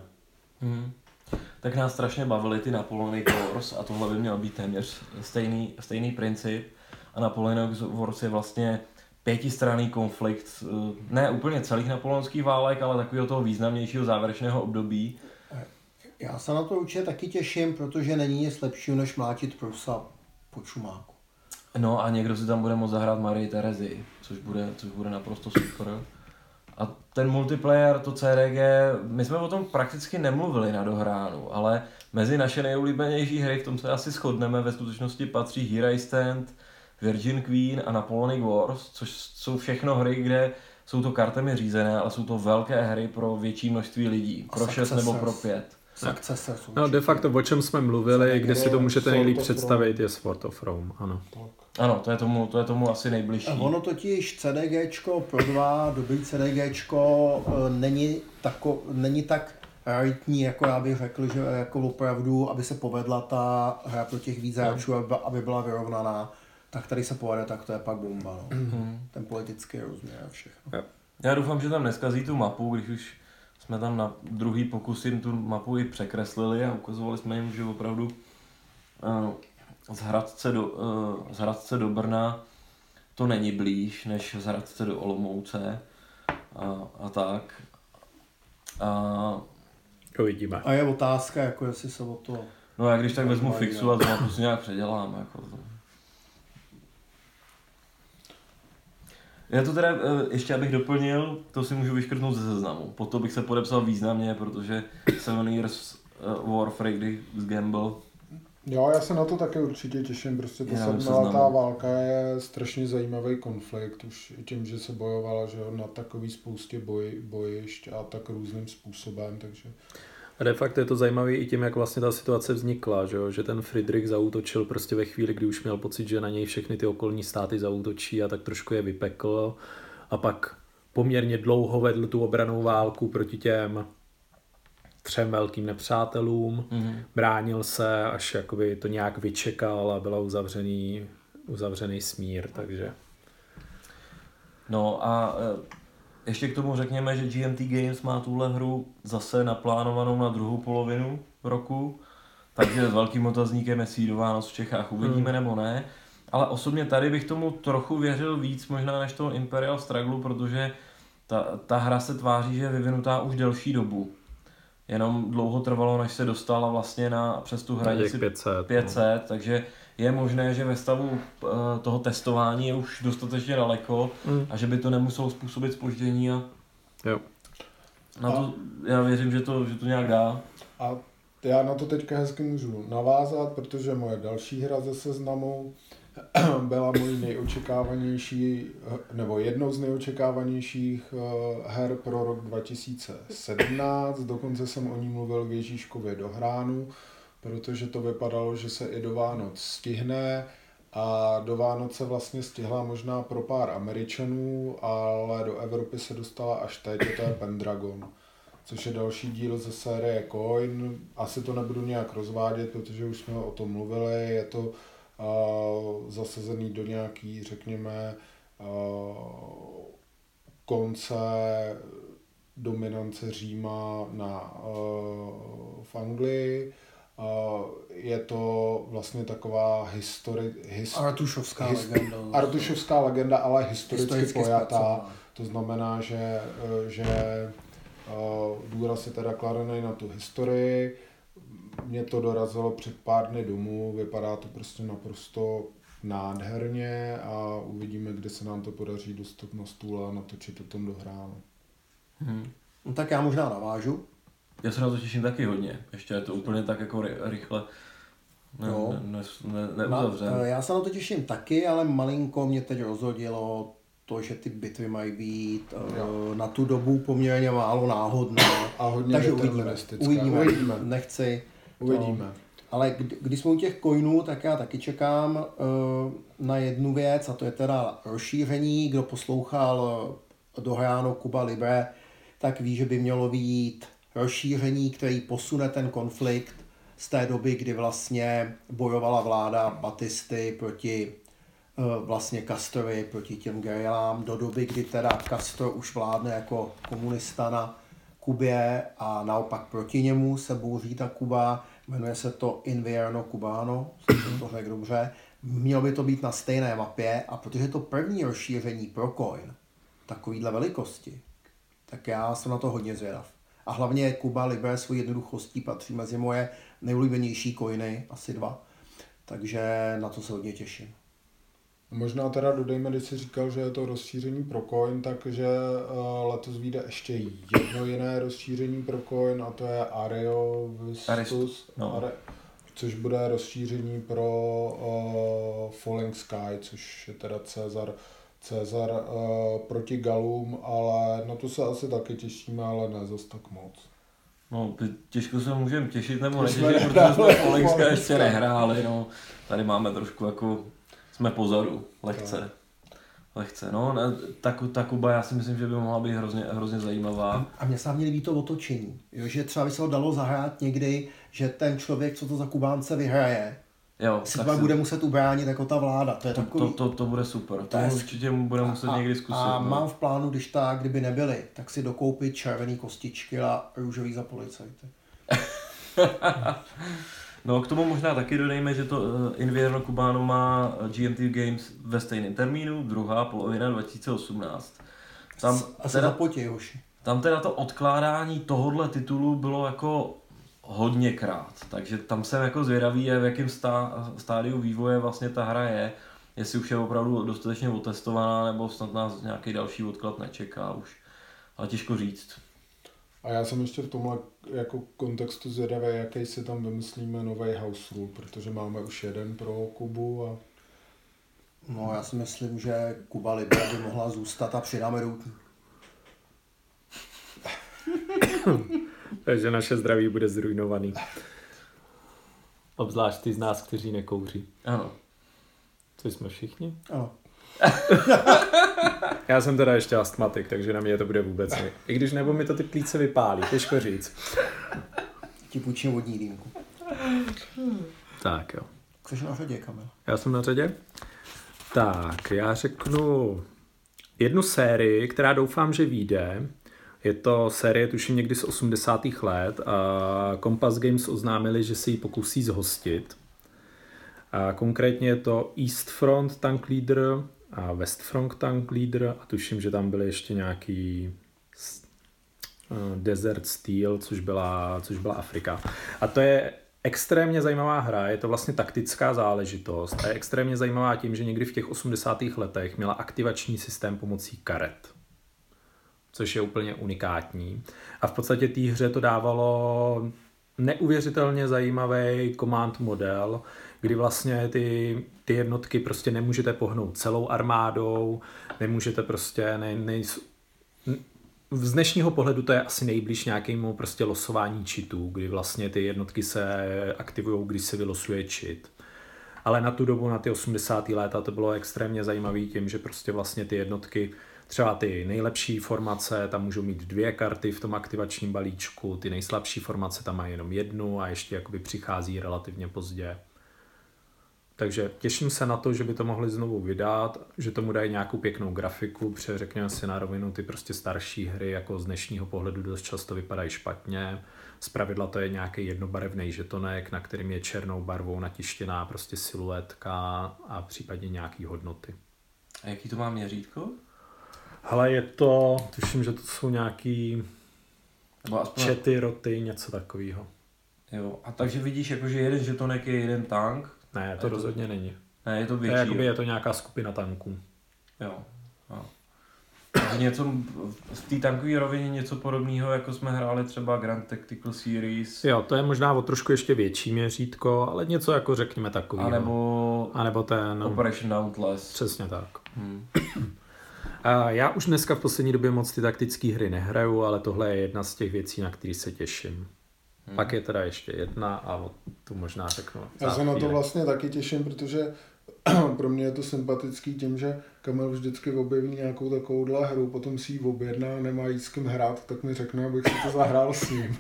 Tak nás strašně bavily ty Napoleonic Wars a tohle by měl být téměř stejný princip. A Napoleonic Wars je vlastně 5stranný konflikt, ne úplně celých napoleonských válek, ale takového toho významnějšího závěrečného období. Já se na to určitě taky těším, protože není nic lepšího, než mlátit Prusa po čumáku. No a někdo si tam bude moct zahrát Marii Terezii, což bude naprosto super. A ten multiplayer, to CDG, my jsme o tom prakticky nemluvili na dohránu, ale mezi naše nejoblíbenější hry, v tom se asi shodneme, ve skutečnosti patří Here I Stand, Virgin Queen a Napoleonic Wars, což jsou všechno hry, kde jsou to kartami řízené, ale jsou to velké hry pro větší množství lidí, pro 6 nebo pro 5. No de facto, o čem jsme mluvili, kde si to můžete nejlíp představit, je Sword of Rome, ano. Ano, to je tomu asi nejbližší. A ono totiž CDGčko Pro 2, dobrý CDGčko není tak raritní, jako já bych řekl, že jako opravdu, aby se povedla ta hra pro těch víc hráčů, aby byla vyrovnaná, tak tady se povede, tak to je pak bomba. No. Ten politický rozměr a všechno. Já doufám, že tam neskazí tu mapu, když už jsme tam na druhý pokus jim tu mapu i překreslili a ukazovali jsme jim, že opravdu z Hradce do Brna to není blíž, než z Hradce do Olomouce a tak. Uvidíme. A je otázka, jako jestli se o to... No já když tak vezmu fixu a to si nějak předělám. Jako to. Já to teda, ještě abych doplnil, to si můžu vyškrtnout ze seznamu. Po to bych se podepsal významně, protože 7 Years War, Friedrich's Gamble. Jo, já se na to taky určitě těším, prostě ta 7letá válka je strašně zajímavý konflikt, už i tím, že se bojovala, že na takový spoustě bojišť a tak různým způsobem, takže... A de facto je to zajímavé i tím, jak vlastně ta situace vznikla, že ten Friedrich zaútočil prostě ve chvíli, kdy už měl pocit, že na něj všechny ty okolní státy zaútočí a tak trošku je vypekl a pak poměrně dlouho vedl tu obrannou válku proti těm 3 velkým nepřátelům, bránil se, až jakoby to nějak vyčekal a byla uzavřený smír, takže... No a ještě k tomu řekněme, že GMT Games má tuhle hru zase naplánovanou na druhou polovinu roku, takže s velkým otazníkem, jestli do Vánoc v Čechách uvidíme nebo ne. Ale osobně tady bych tomu trochu věřil víc možná než toho Imperial Struggle, protože ta hra se tváří, že je vyvinutá už delší dobu. Jenom dlouho trvalo, než se dostala vlastně přes tu hranici 500, takže je možné, že ve stavu toho testování je už dostatečně daleko a že by to nemuselo způsobit zpoždění a jo. Já věřím, že to nějak dá. A já na to teďka hezky můžu navázat, protože moje další hra ze seznamu byla mojí nejočekávanější, nebo jednou z nejočekávanějších her pro rok 2017. Dokonce jsem o ní mluvil v Ježíškově do Hránu, protože to vypadalo, že se i do Vánoc stihne a do Vánoc se vlastně stihla možná pro pár Američanů, ale do Evropy se dostala až teď, to je Pendragon, což je další díl ze série Coin. Asi to nebudu nějak rozvádět, protože už jsme o tom mluvili, je to zasazený do nějaký, řekněme, konce dominance Říma v Anglii. Je to vlastně taková Artušovská legenda, ale historicky pojatá. To znamená, že důraz je teda kladený na tu historii. Mě to dorazilo před pár dny domů, vypadá to prostě naprosto nádherně a uvidíme, kde se nám to podaří dostat na stůl a natočit o tom dohráno. No tak já možná navážu. Já se na to těším taky hodně. Ještě je to úplně tak jako rychle neuzavřen. Já se na to těším taky, ale malinko mě teď rozhodilo to, že ty bitvy mají být na tu dobu poměrně málo náhodné. A hodně takže uvidíme. Nechci. Uvidíme. Ale když jsme u těch coinů, tak já taky čekám na jednu věc, a to je teda rozšíření. Kdo poslouchal dohráno Cuba Libre, tak ví, že by mělo být rozšíření, který posune ten konflikt z té doby, kdy vlastně bojovala vláda Batisty proti vlastně Castrovi, proti těm gerilám, do doby, kdy teda Castro už vládne jako komunista na Kubě a naopak proti němu se bouří ta Kuba, jmenuje se to Invierno Cubano, jsem to řekl dobře. Mělo by to být na stejné mapě a protože to první rozšíření pro coin takovýhle velikosti, tak já jsem na to hodně zvědav. A hlavně Cuba Libre svou jednoduchostí patří mezi moje nejoblíbenější coiny, asi 2. Takže na to se hodně těším. Možná teda dodejme, když jsi říkal, že je to rozšíření pro coin, takže letos vyjde ještě jedno jiné rozšíření pro coin a to je Aristus, což bude rozšíření pro Falling Sky, což je teda Cezar proti Galům, ale na to se asi taky těšíme, ale ne zas tak moc. No, těžko se můžeme těšit nebo netěšit, protože jsme Falling Sky ještě nehráli, no. Tady máme trošku jako, jsme pozadu, lehce. No, ta Kuba, já si myslím, že by mohla být hrozně zajímavá. A mně se hlavně líbí to otočení, jo, že třeba by se ho dalo zahrát někdy, že ten člověk, co to za Kubánce vyhraje, si pak bude muset ubránit jako ta vláda. To je takový... To bude super, to určitě bude muset někdy zkusit. A mám v plánu, kdyby nebyly, tak si dokoupit červený kostičky a růžový za policajty. No, k tomu možná taky dodejme, že to Invierno Cubano má GMT Games ve stejném termínu, druhá polovina 2018. Tam teda to odkládání tohohle titulu bylo jako hodněkrát, takže tam jsem jako zvědavý, v jakém stádiu vývoje vlastně ta hra je, jestli už je opravdu dostatečně otestovaná, nebo snad nás nějaký další odklad nečeká už, ale těžko říct. A já jsem ještě v tomhle jako kontextu zvědavý, jaký si tam vymyslíme nový house rule, protože máme už jeden pro Kubu a... No já si myslím, že Cuba Libre by mohla zůstat a přidáme routní. Takže naše zdraví bude zrujnovaný. Obzvlášť ty z nás, kteří nekouří. Ano. Co jsme všichni? Ano. Já jsem teda ještě astmatik, takže na mě to bude vůbec ne. I když nebo mi to ty plíce vypálí, těžko říct. Ti půjčím vodní dýmku. Tak jo. Jseš na řadě, Kamil? Já jsem na řadě? Tak, já řeknu jednu sérii, která doufám, že vyjde. Je to série tuším někdy z 80. let a Compass Games oznámili, že se ji pokusí zhostit. A konkrétně je to East Front Tank Leader a West Front Tank Leader a tuším, že tam byly ještě nějaký Desert Steel, což byla Afrika. A to je extrémně zajímavá hra, je to vlastně taktická záležitost a je extrémně zajímavá tím, že někdy v těch 80. letech měla aktivační systém pomocí karet, což je úplně unikátní. A v podstatě té hře to dávalo neuvěřitelně zajímavý command model, kdy vlastně ty jednotky prostě nemůžete pohnout celou armádou, nemůžete prostě, z dnešního pohledu to je asi nejblíž nějakému prostě losování cheatů, kdy vlastně ty jednotky se aktivují, když se vylosuje cheat. Ale na tu dobu, na ty 80. léta, to bylo extrémně zajímavé tím, že prostě vlastně ty jednotky, třeba ty nejlepší formace, tam můžou mít 2 karty v tom aktivačním balíčku, ty nejslabší formace tam mají jenom 1 a ještě jakoby přichází relativně pozdě. Takže těším se na to, že by to mohli znovu vydat, že tomu dají nějakou pěknou grafiku, protože řekněme si na rovinu, ty prostě starší hry jako z dnešního pohledu dost často vypadají špatně. Zpravidla to je nějaký jednobarevný žetonek, na kterým je černou barvou natištěná prostě siluetka a případně nějaký hodnoty. A jaký to má měřítko? Hele, je to, tuším, že to jsou nějaký čety, roty, něco takového. Jo, a takže vidíš, jakože jeden žetonek je jeden tank? Ne, to rozhodně není. Ne, je to větší. Je to nějaká skupina tanků. Jo. Takže něco v té tankové rovině něco podobného, jako jsme hráli třeba Grand Tactical Series. Jo, to je možná o trošku ještě větší měřítko, ale něco jako řekněme takový. A nebo ten Operation Dauntless. Přesně tak. Já už dneska v poslední době moc ty taktické hry nehraju, ale tohle je jedna z těch věcí, na které se těším. Pak je teda ještě jedna a tu možná řeknu. Já se na to vlastně taky těším, protože pro mě je to sympatický tím, že Kamil vždycky objeví nějakou takovouhle hru, potom si ji objedná, nemá jí s kým hrát, tak mi řekne, abych si to zahrál s ním.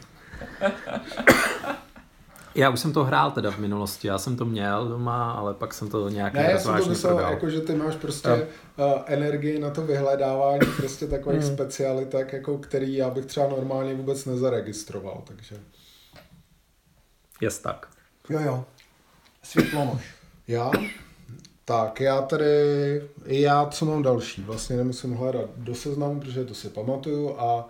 Já už jsem to hrál teda v minulosti, já jsem to měl doma, ale pak jsem to nějak ne, já jsem to myslel, jako, že ty máš prostě energii na to vyhledávání prostě takových specialitek, jako který já bych třeba normálně vůbec nezaregistroval, takže... Jest tak. Jo. Světlonož. Já co mám další, vlastně nemusím hledat do seznamu, protože to si pamatuju a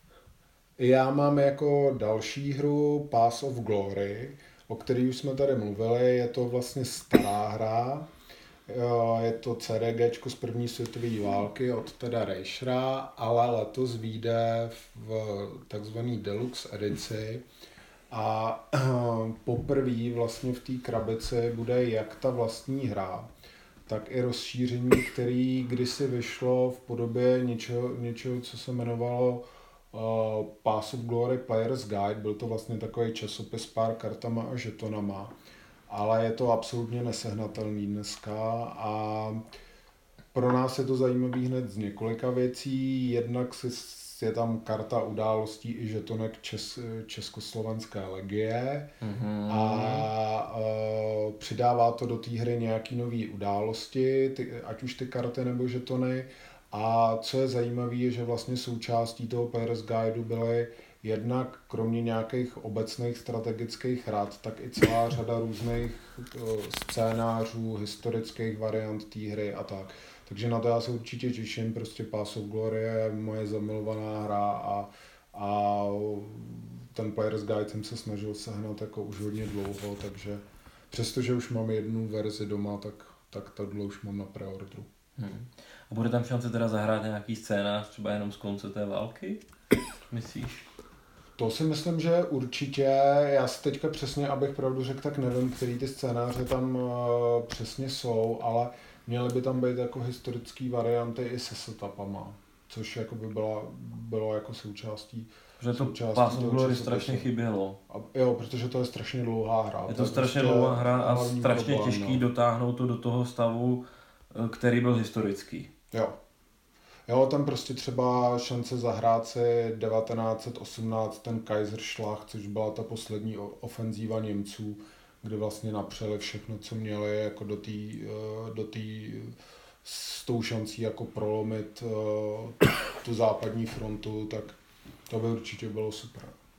já mám jako další hru Path of Glory, o který už jsme tady mluvili, je to vlastně stará hra, je to CDGčko z první světové války od Teda Reichera, ale letos vyjde v takzvaný deluxe edici a poprvé vlastně v té krabici bude jak ta vlastní hra, tak i rozšíření, který kdysi vyšlo v podobě něčeho co se jmenovalo Path of Glory Player's Guide, byl to vlastně takový časopis s pár kartama a žetonama, ale je to absolutně nesehnatelný dneska a pro nás je to zajímavý hned z několika věcí, jednak je tam karta událostí i žetonek Československé legie a přidává to do té hry nějaký nový události, ať už ty karty nebo žetony. A co je zajímavé, je, že vlastně součástí toho Player's Guideu byly jednak kromě nějakých obecných strategických rad, tak i celá řada různých scénářů, historických variant té hry a tak. Takže na to já se určitě těším, prostě Path of Glory je moje zamilovaná hra a ten Player's Guide jsem se snažil sehnat jako už hodně dlouho, takže přestože už mám jednu verzi doma, tak tohle už mám na preordru. A bude tam šance teda zahrát nějaký scénář, třeba jenom z konce té války? Myslíš? To si myslím, že určitě. Já si teďka přesně, abych pravdu řekl, tak nevím, který ty scénáře tam přesně jsou, ale měly by tam být jako historické varianty i se setupama, což jako by bylo jako součástí. Protože to Path of Glory strašně chybělo. Jo, protože to je strašně dlouhá hra. Je to strašně dlouhá hra a strašně těžký dotáhnout to do toho stavu, který byl historický. Jo, tam prostě třeba šance zahrát si 1918 ten Kaiserschlag, což byla ta poslední ofenzíva Němců, kde vlastně napřeli všechno, co měli jako do té s tou šancí jako prolomit tu západní frontu, tak to by určitě bylo super.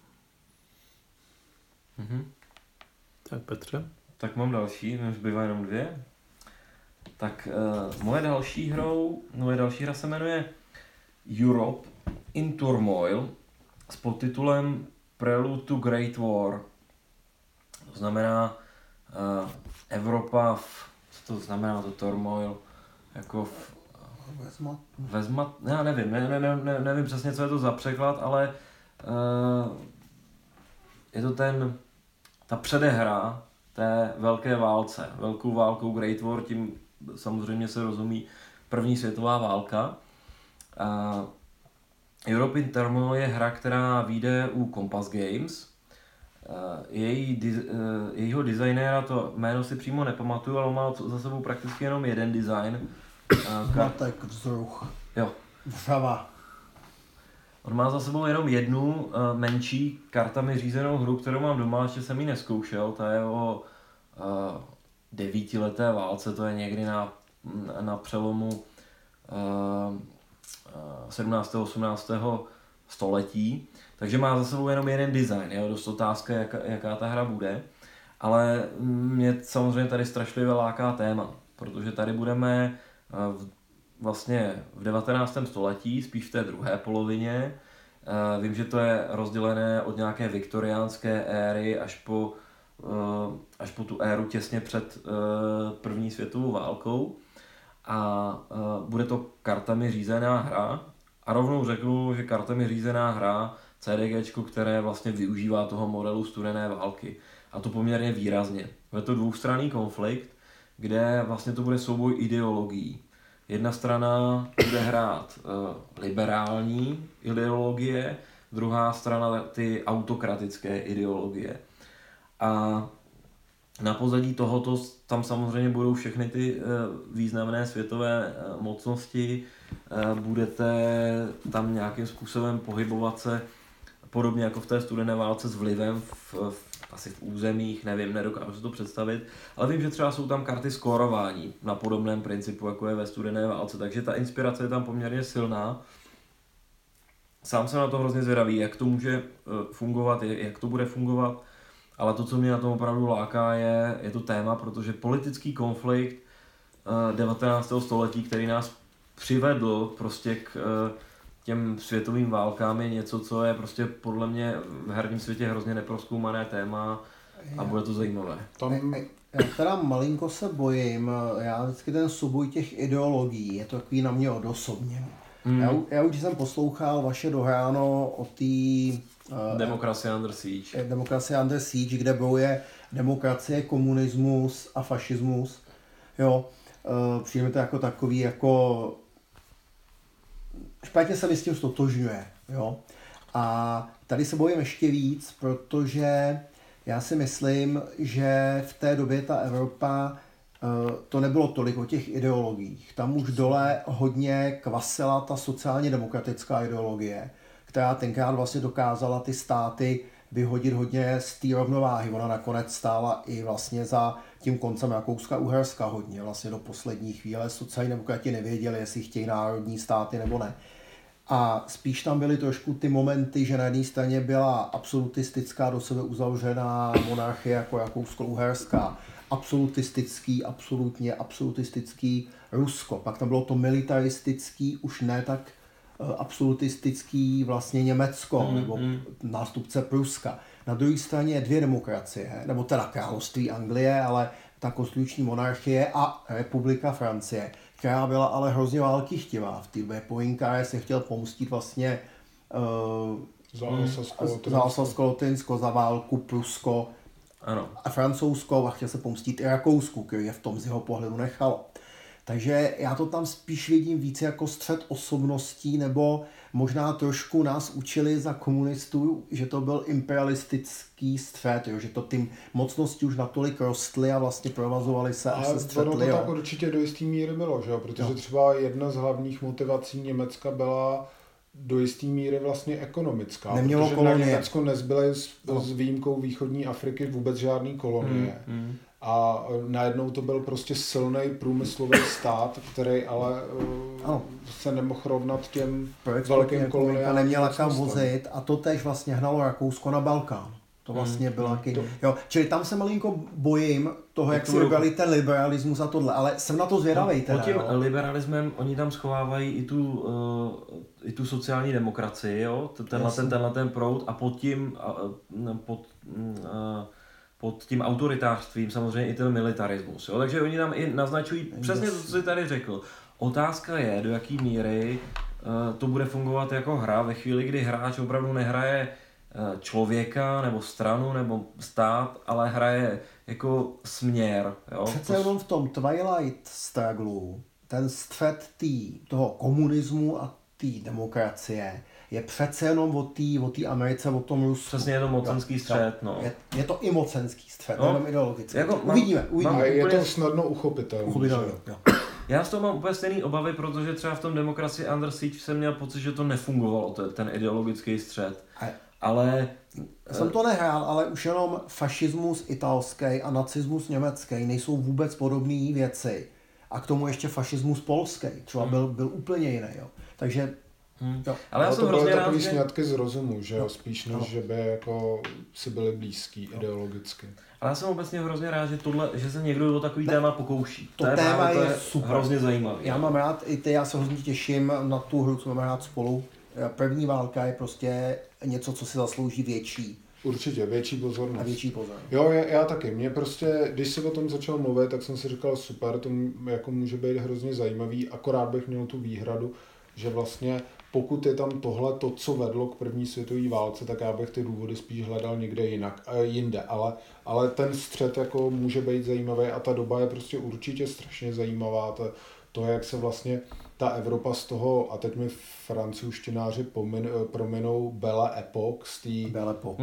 Tak Petře? Tak mám další, mě zbývá jenom 2. Tak moje další hra se jmenuje Europe in Turmoil s podtitulem Prelude to Great War. To znamená Evropa co to znamená to turmoil? Jako já nevím přesně, co je to za překlad, ale je to ta předehra té velké válce, velkou válkou Great War, tím samozřejmě se rozumí první světová válka. Europe in Turmoil je hra, která vyjde u Compass Games. Jejího designéra, to jméno si přímo nepamatuju, ale on má za sebou prakticky jenom jeden design. Matek, vzruch, Jo. vřava. On má za sebou jenom jednu menší kartami řízenou hru, kterou mám doma, ještě jsem ji neskoušel. Ta je o 9leté válce, to je někdy na přelomu 17. 18. století. Takže má za sebou jenom jeden design, je dost otázka, jaká ta hra bude. Ale mě samozřejmě tady strašlivě láká téma, protože tady budeme vlastně v 19. století, spíš v té druhé polovině. Vím, že to je rozdělené od nějaké viktoriánské éry až po tu éru těsně před první světovou válkou. A bude to kartami řízená hra. A rovnou řeknu, že kartami řízená hra CDGčko, které vlastně využívá toho modelu studené války. A to poměrně výrazně. Je to dvoustranný konflikt, kde vlastně to bude souboj ideologií. Jedna strana bude hrát liberální ideologie, druhá strana ty autokratické ideologie. A na pozadí tohoto tam samozřejmě budou všechny ty významné světové mocnosti. Budete tam nějakým způsobem pohybovat se podobně jako v té studené válce s vlivem asi v územích, nevím, nedokážu si to představit, ale vím, že třeba jsou tam karty skórování na podobném principu, jako je ve studené válce, takže ta inspirace je tam poměrně silná. Sám jsem na to hrozně zvědavý, jak to může fungovat, jak to bude fungovat, ale to, co mě na tom opravdu láká, je to téma, protože politický konflikt 19. století, který nás přivedl prostě k těm světovým válkám, je něco, co je prostě podle mě v herním světě hrozně neprozkoumané téma a bude to zajímavé. Já teda malinko se bojím, já vždycky ten souboj těch ideologií, je to takový na mě odosobně. Já už jsem poslouchal vaše dohráno o té Democracy Under Siege. Democracy Under Siege, kde bojuje demokracie, komunismus a fašismus. Jo, přijde mi to jako takový, jako špatně se mi s tím stotožňuje. Jo. A tady se bojím ještě víc, protože já si myslím, že v té době ta Evropa, to nebylo tolik o těch ideologiích. Tam už dole hodně kvasila ta sociálně demokratická ideologie, která tenkrát vlastně dokázala ty státy vyhodit hodně z té rovnováhy. Ona nakonec stála i vlastně za tím koncem Rakouska-Uherska hodně. Vlastně do poslední chvíle sociální demokrati nevěděli, jestli chtějí národní státy nebo ne. A spíš tam byly trošku ty momenty, že na jedné straně byla absolutistická, do sebe uzavřená monarchie jako Rakousko-Uherská, absolutistický Rusko. Pak tam bylo to militaristický, už ne tak absolutistický vlastně Německo, nebo nástupce Pruska. Na druhé straně dvě demokracie, nebo teda království Anglie, ale ta konstituční monarchie a republika Francie, která byla ale hrozně válkychtivá. V té době Poincaré se chtěl pomstit vlastně za Alsasko-Lotrinsko, za válku Prusko a francouzskou a chtěl se pomstit i Rakousku, který je v tom z jeho pohledu nechalo. Takže já to tam spíš vidím více jako střet osobností, nebo možná trošku nás učili za komunistů, že to byl imperialistický střet, jo, že to ty mocnosti už natolik rostly a vlastně provazovali se a se střetli. Ono to tak určitě do jistý míry bylo, že jo? Protože třeba jedna z hlavních motivací Německa byla do jisté míry vlastně ekonomická. Nemělo protože kolonie. na Německo nezbyly s výjimkou východní Afriky vůbec žádný kolonie. A najednou to byl prostě silný průmyslový stát, který ale se nemohl rovnat těm velkým koloniálním. Neměla kam vozit a to tež vlastně hnalo Rakousko na Balkán. To vlastně bylo jo, čili tam se malinko bojím toho, jak si vybrali ten liberalismus a tohle, ale jsem na to zvědavej teda. Pod tím liberalismem oni tam schovávají i tu sociální demokracii, jo? Tenhle ten proud a pod tím autoritářstvím samozřejmě i ten militarismus. Jo? Takže oni tam i naznačují přesně to, co jsi tady řekl. Otázka je, do jaký míry to bude fungovat jako hra ve chvíli, kdy hráč opravdu nehraje člověka nebo stranu nebo stát, ale hraje jako směr. Jo? Přece jenom v tom Twilight Struggle ten střed toho komunismu a té demokracie je přece jenom o té Americe, o tom Rusku. Přesně je to mocenský střet, no. Je to i mocenský střet, No. jenom ideologický. Jako Uvidíme. A je úplně- to snadno uchopitelné. Já z toho mám úplně stejný obavy, protože třeba v tom Democracy Under Siege jsem měl pocit, že to nefungovalo, ten ideologický střet. Ale... Já jsem to nehrál, ale už jenom fašismus italský a nacismus německý nejsou vůbec podobné věci. A k tomu ještě fašismus polský, třeba byl úplně jiný. Jo. Takže jo. Ale já No, jsem to byly hrozně rád, takový že... sňatky z rozumu, že jo, No. spíš než že by jako si byli blízký ideologicky. Ale já jsem obecně hrozně rád, že se někdo o takový téma pokouší. To téma právě je super. Hrozně zajímavý. Já mám rád, i ty, já se hrozně těším na tu hru, co máme rád spolu. První válka je prostě něco, co si zaslouží větší Určitě, větší pozornost. a větší pozornost. Jo, já taky. Mě prostě, když si o tom začal mluvit, tak jsem si říkal, super, to jako může být hrozně zajímavý, akorát bych měl tu výhradu, že vlastně pokud je tam tohle to, co vedlo k první světové válce, tak já bych ty důvody spíš hledal někde jinde, ale ten střet jako může být zajímavý a ta doba je prostě určitě strašně zajímavá, to jak se vlastně ta Evropa z toho, a teď mi francouzštináři prominou Belle Époque z té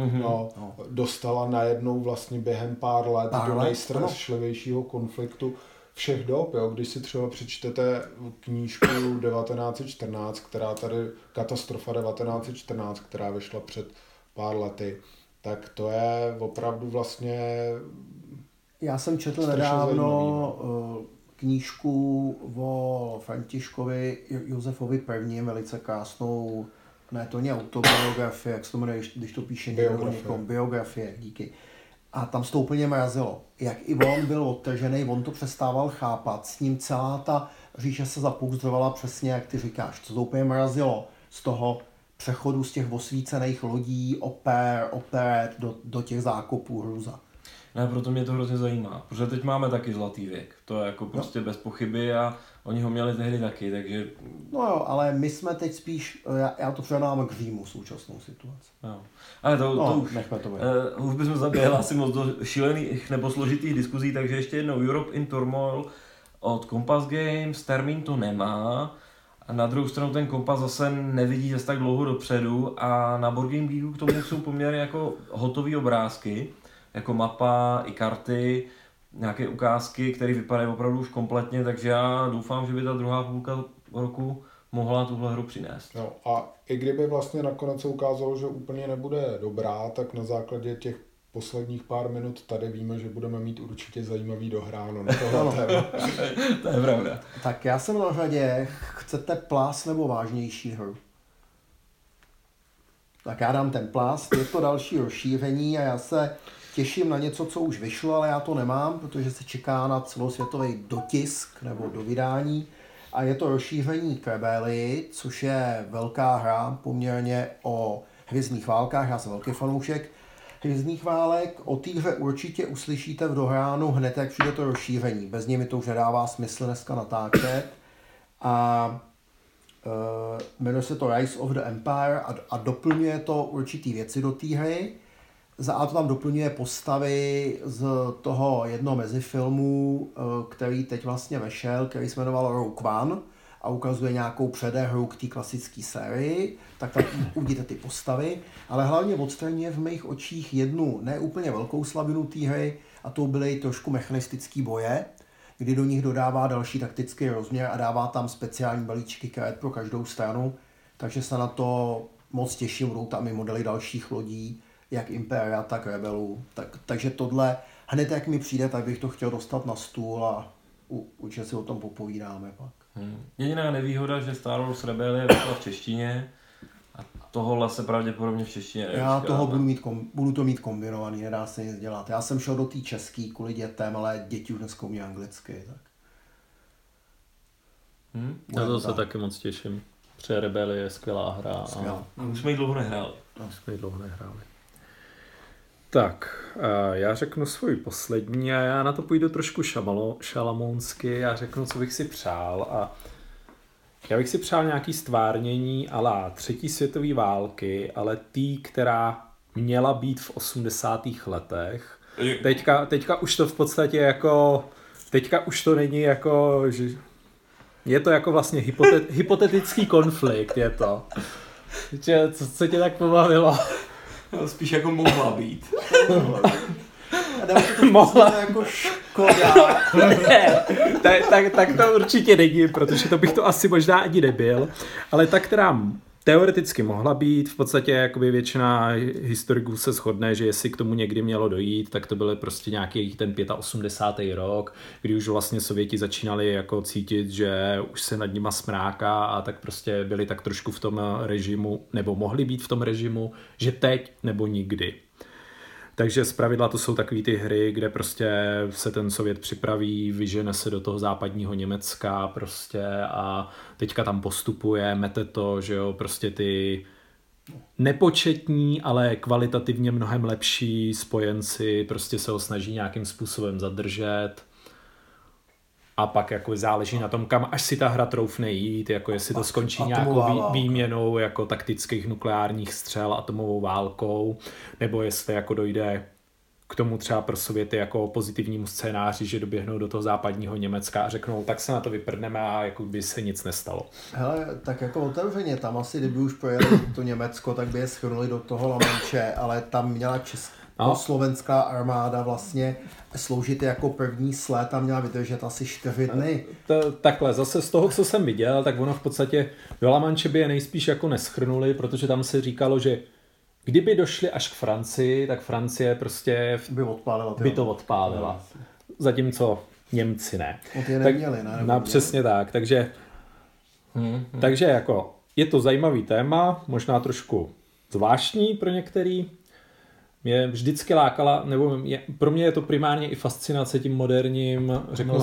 dostala najednou vlastně během pár let do nejstrašlivějšího konfliktu všech dob. Jo? Když si třeba přečtete knížku 1914, která tady, Katastrofa 1914, která vyšla před pár lety, tak to je opravdu vlastně... Já jsem četl nedávno knížku o Františkovi Josefovi I. Velice krásnou, ne to nie autobiografie, jak se to jmenuje, když to píše někdo někom, biografie, díky. A tam se to úplně mrazilo. Jak i on byl odtržený, on to přestával chápat, s ním celá ta říše se zapouzdrovala přesně, jak ty říkáš, co to úplně mrazilo z toho přechodu z těch osvícených lodí, operet do těch zákopů hruza. Ne, proto mě to hrozně zajímá, protože teď máme taky zlatý věk, to je jako prostě bez pochyby a oni ho měli tehdy taky, takže... No jo, ale my jsme teď spíš, já to předávám k Římu, současnou situaci. Jo. Ale to už, nechme to už bychom zaběhli asi moc do šílených nebo složitých diskuzí, takže ještě jednou Europe in Turmoil od Compass Games, termín to nemá, a na druhou stranu ten kompas zase nevidí zase tak dlouho dopředu a na Board Game Geeku k tomu jsou poměrně jako hotové obrázky, jako mapa i karty, nějaké ukázky, které vypadají opravdu už kompletně, takže já doufám, že by ta druhá půlka roku mohla tuhle hru přinést. No a i kdyby vlastně nakonec se ukázalo, že úplně nebude dobrá, tak na základě těch posledních pár minut tady víme, že budeme mít určitě zajímavý dohráno na tohle téma. To je pravda. Tak já jsem na řadě, chcete plás nebo vážnější hru? Tak já dám ten plás, je to další rozšíření a já se těším na něco, co už vyšlo, ale já to nemám, protože se čeká na celosvětový dotisk nebo dovydání. A je to rozšíření k Rebelii, což je velká hra poměrně o hvězdných válkách. Já jsem velký fanoušek hvězdných válek. O té hře určitě uslyšíte v dohránu hned, jak přijde to rozšíření. Bez něj mi to už nedává smysl dneska natáčet. A jmenuje se to Rise of the Empire a doplňuje to určitý věci do té hry. A to tam doplňuje postavy z toho jednoho mezifilmu, který teď vlastně vešel, který se jmenoval Rogue One a ukazuje nějakou předehru k té klasické sérii, tak tam uvidíte ty postavy, ale hlavně odstraňuje v mých očích jednu neúplně velkou slabinu té hry a to byly trošku mechanistický boje, kdy do nich dodává další taktický rozměr a dává tam speciální balíčky karet pro každou stranu, takže se na to moc těším, budou tam i modely dalších lodí, jak Imperia, tak Rebelů. Takže tohle, hned jak mi přijde, tak bych to chtěl dostat na stůl a určitě si o tom popovídáme pak. Jediná nevýhoda, že Star Wars Rebellie vyšla v češtině a tohle se pravděpodobně v češtině nevyšká. Já toho budu to mít kombinovaný, nedá se nic dělat. Já jsem šel do té český kvůli dětem, ale děti už dneska umí anglicky. Tak. Na to se taky moc těším. Protože Rebellie je skvělá hra. Už jsme ji dlouho nehráli. Tak, já řeknu svůj poslední a já na to půjdu trošku šalamounsky. Já řeknu, co bych si přál a já bych si přál nějaký stvárnění a la 3. světové války, ale tý, která měla být v 80. letech. Teďka už to v podstatě jako, teďka už to není jako, že je to jako vlastně hypotetický konflikt, je to. Co tě tak pobavilo? No, spíš jako mohla být. Mohla. Jako škoda. tak to určitě není, protože to bych to asi možná ani nebyl. Ale ta, která teoreticky mohla být, v podstatě jakoby většina historiků se shodne, že jestli k tomu někdy mělo dojít, tak to byl prostě nějaký ten 85. rok, kdy už vlastně Sověti začínali jako cítit, že už se nad nima smráká a tak prostě byli tak trošku v tom režimu, nebo mohli být v tom režimu, že teď nebo nikdy. Takže zpravidla to jsou takové ty hry, kde prostě se ten Sovět připraví, vyžene se do toho západního Německa prostě a teďka tam postupuje, mete to, že jo, prostě ty nepočetní, ale kvalitativně mnohem lepší spojenci prostě se ho snaží nějakým způsobem zadržet. A pak jako záleží na tom, kam až si ta hra troufne jít, jako jestli to skončí nějakou výměnou jako taktických nukleárních střel, atomovou válkou, nebo jestli jako dojde k tomu třeba pro Sověty jako pozitivnímu scénáři, že doběhnou do toho západního Německa a řeknou, tak se na to vyprdneme a jako by se nic nestalo. Hele, tak jako otevřeně, tam asi kdyby už projeli to Německo, tak by je schrnuli do toho La Manche, ale tam měla slovenská armáda vlastně sloužit jako první sled a měla vydržet asi 4 dny. Takhle, zase z toho, co jsem viděl, tak ono v podstatě do La Manche by je nejspíš jako neschrnuli, protože tam se říkalo, že kdyby došli až k Francii, tak Francie prostě by to odpálila. Zatímco Němci ne. Ty neměli, ne? Přesně tak, takže takže jako je to zajímavý téma, možná trošku zvláštní pro některý. Mě vždycky lákala, nebo pro mě je to primárně i fascinace tím moderním,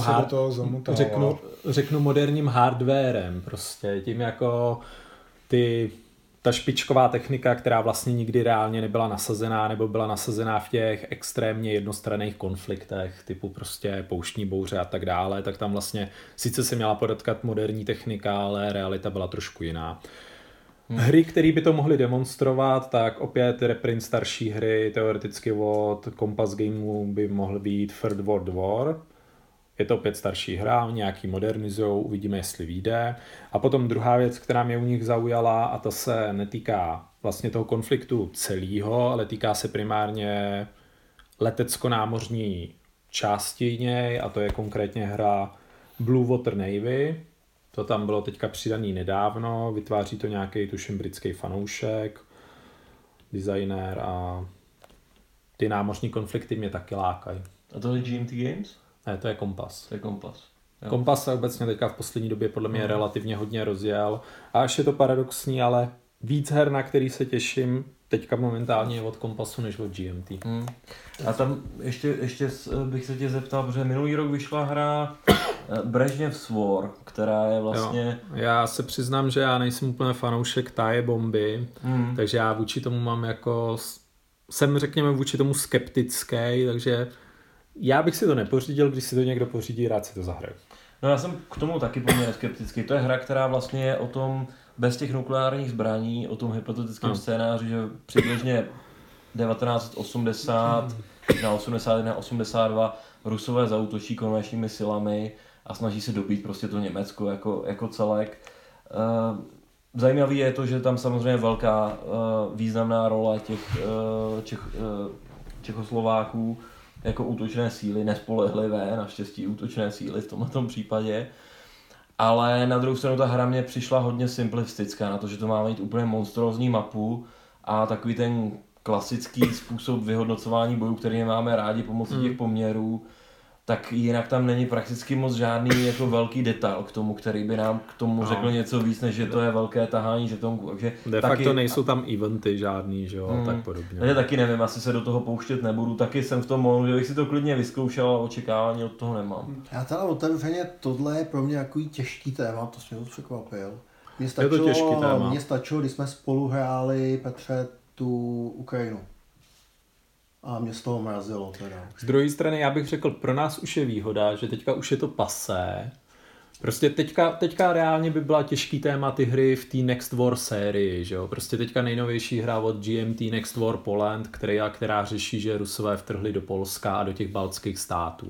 řeknu moderním hardwarem, prostě tím jako ta špičková technika, která vlastně nikdy reálně nebyla nasazená, nebo byla nasazená v těch extrémně jednostranných konfliktech, typu prostě pouštní bouře a tak dále, tak tam vlastně sice se měla podatkat moderní technika, ale realita byla trošku jiná. Hry, které by to mohly demonstrovat, tak opět reprint starší hry, teoreticky od Compass Gameu by mohl být Third World War. Je to opět starší hra, nějaký modernizujou, uvidíme, jestli vyjde. A potom druhá věc, která mě u nich zaujala, a ta se netýká vlastně toho konfliktu celého, ale týká se primárně letecko-námořní části něj, a to je konkrétně hra Blue Water Navy. To tam bylo teďka přidaný nedávno, vytváří to nějaký, tuším, britský fanoušek, designér a ty námořní konflikty mě taky lákají. A to je GMT Games? Ne, to je Kompas. To je Kompas. Kompas se obecně teďka v poslední době podle mě relativně hodně rozjel. A až je to paradoxní, ale víc her, na který se těším, teďka momentálně je od Kompasu než od GMT. A tam ještě bych se tě zeptal, protože minulý rok vyšla hra Brežněv War, která je vlastně... Jo. Já se přiznám, že já nejsem úplně fanoušek Taje bomby, takže já vůči tomu mám jako... Jsem, řekněme, vůči tomu skeptický, takže já bych si to nepořídil, když si to někdo pořídí, rád si to zahraju. No já jsem k tomu taky poměrně skeptický. To je hra, která vlastně je o tom, bez těch nukleárních zbraní, o tom hypotetickém scénáři, že přibližně 1980 na 81, 82 Rusové zaútočí konvenčními silami a snaží se dobít prostě to Německo jako celek. Zajímavé je to, že tam samozřejmě velká významná role těch Čechoslováků jako útočné síly, nespolehlivé, naštěstí útočné síly v tomto případě. Ale na druhou stranu ta hra mě přišla hodně simplistická na to, že to má mít úplně monstrózní mapu a takový ten klasický způsob vyhodnocování bojů, který máme rádi pomocí těch poměrů, tak jinak tam není prakticky moc žádný jako velký detail k tomu, který by nám k tomu řekl něco víc, než že to je velké tahání žetonku. Takže de facto nejsou tam eventy žádný, že jo, tak podobně. Takže taky nevím, asi se do toho pouštět nebudu. Taky jsem v tom modu, že bych si to klidně vyzkoušel, ale očekávání od toho nemám. Já teda otevřeně, tohle je pro mě takový těžký téma, to mě to překvapil. Mně stačilo, když jsme spolu hráli, Petře, tu Ukrajinu. A mě z toho mrazilo teda. Z druhé strany já bych řekl, pro nás už je výhoda, že teďka už je to passé. Prostě teďka reálně by byla těžký téma ty hry v té Next War sérii, že jo? Prostě teďka nejnovější hra od GMT Next War Poland, která řeší, že Rusové vtrhli do Polska a do těch baltských států.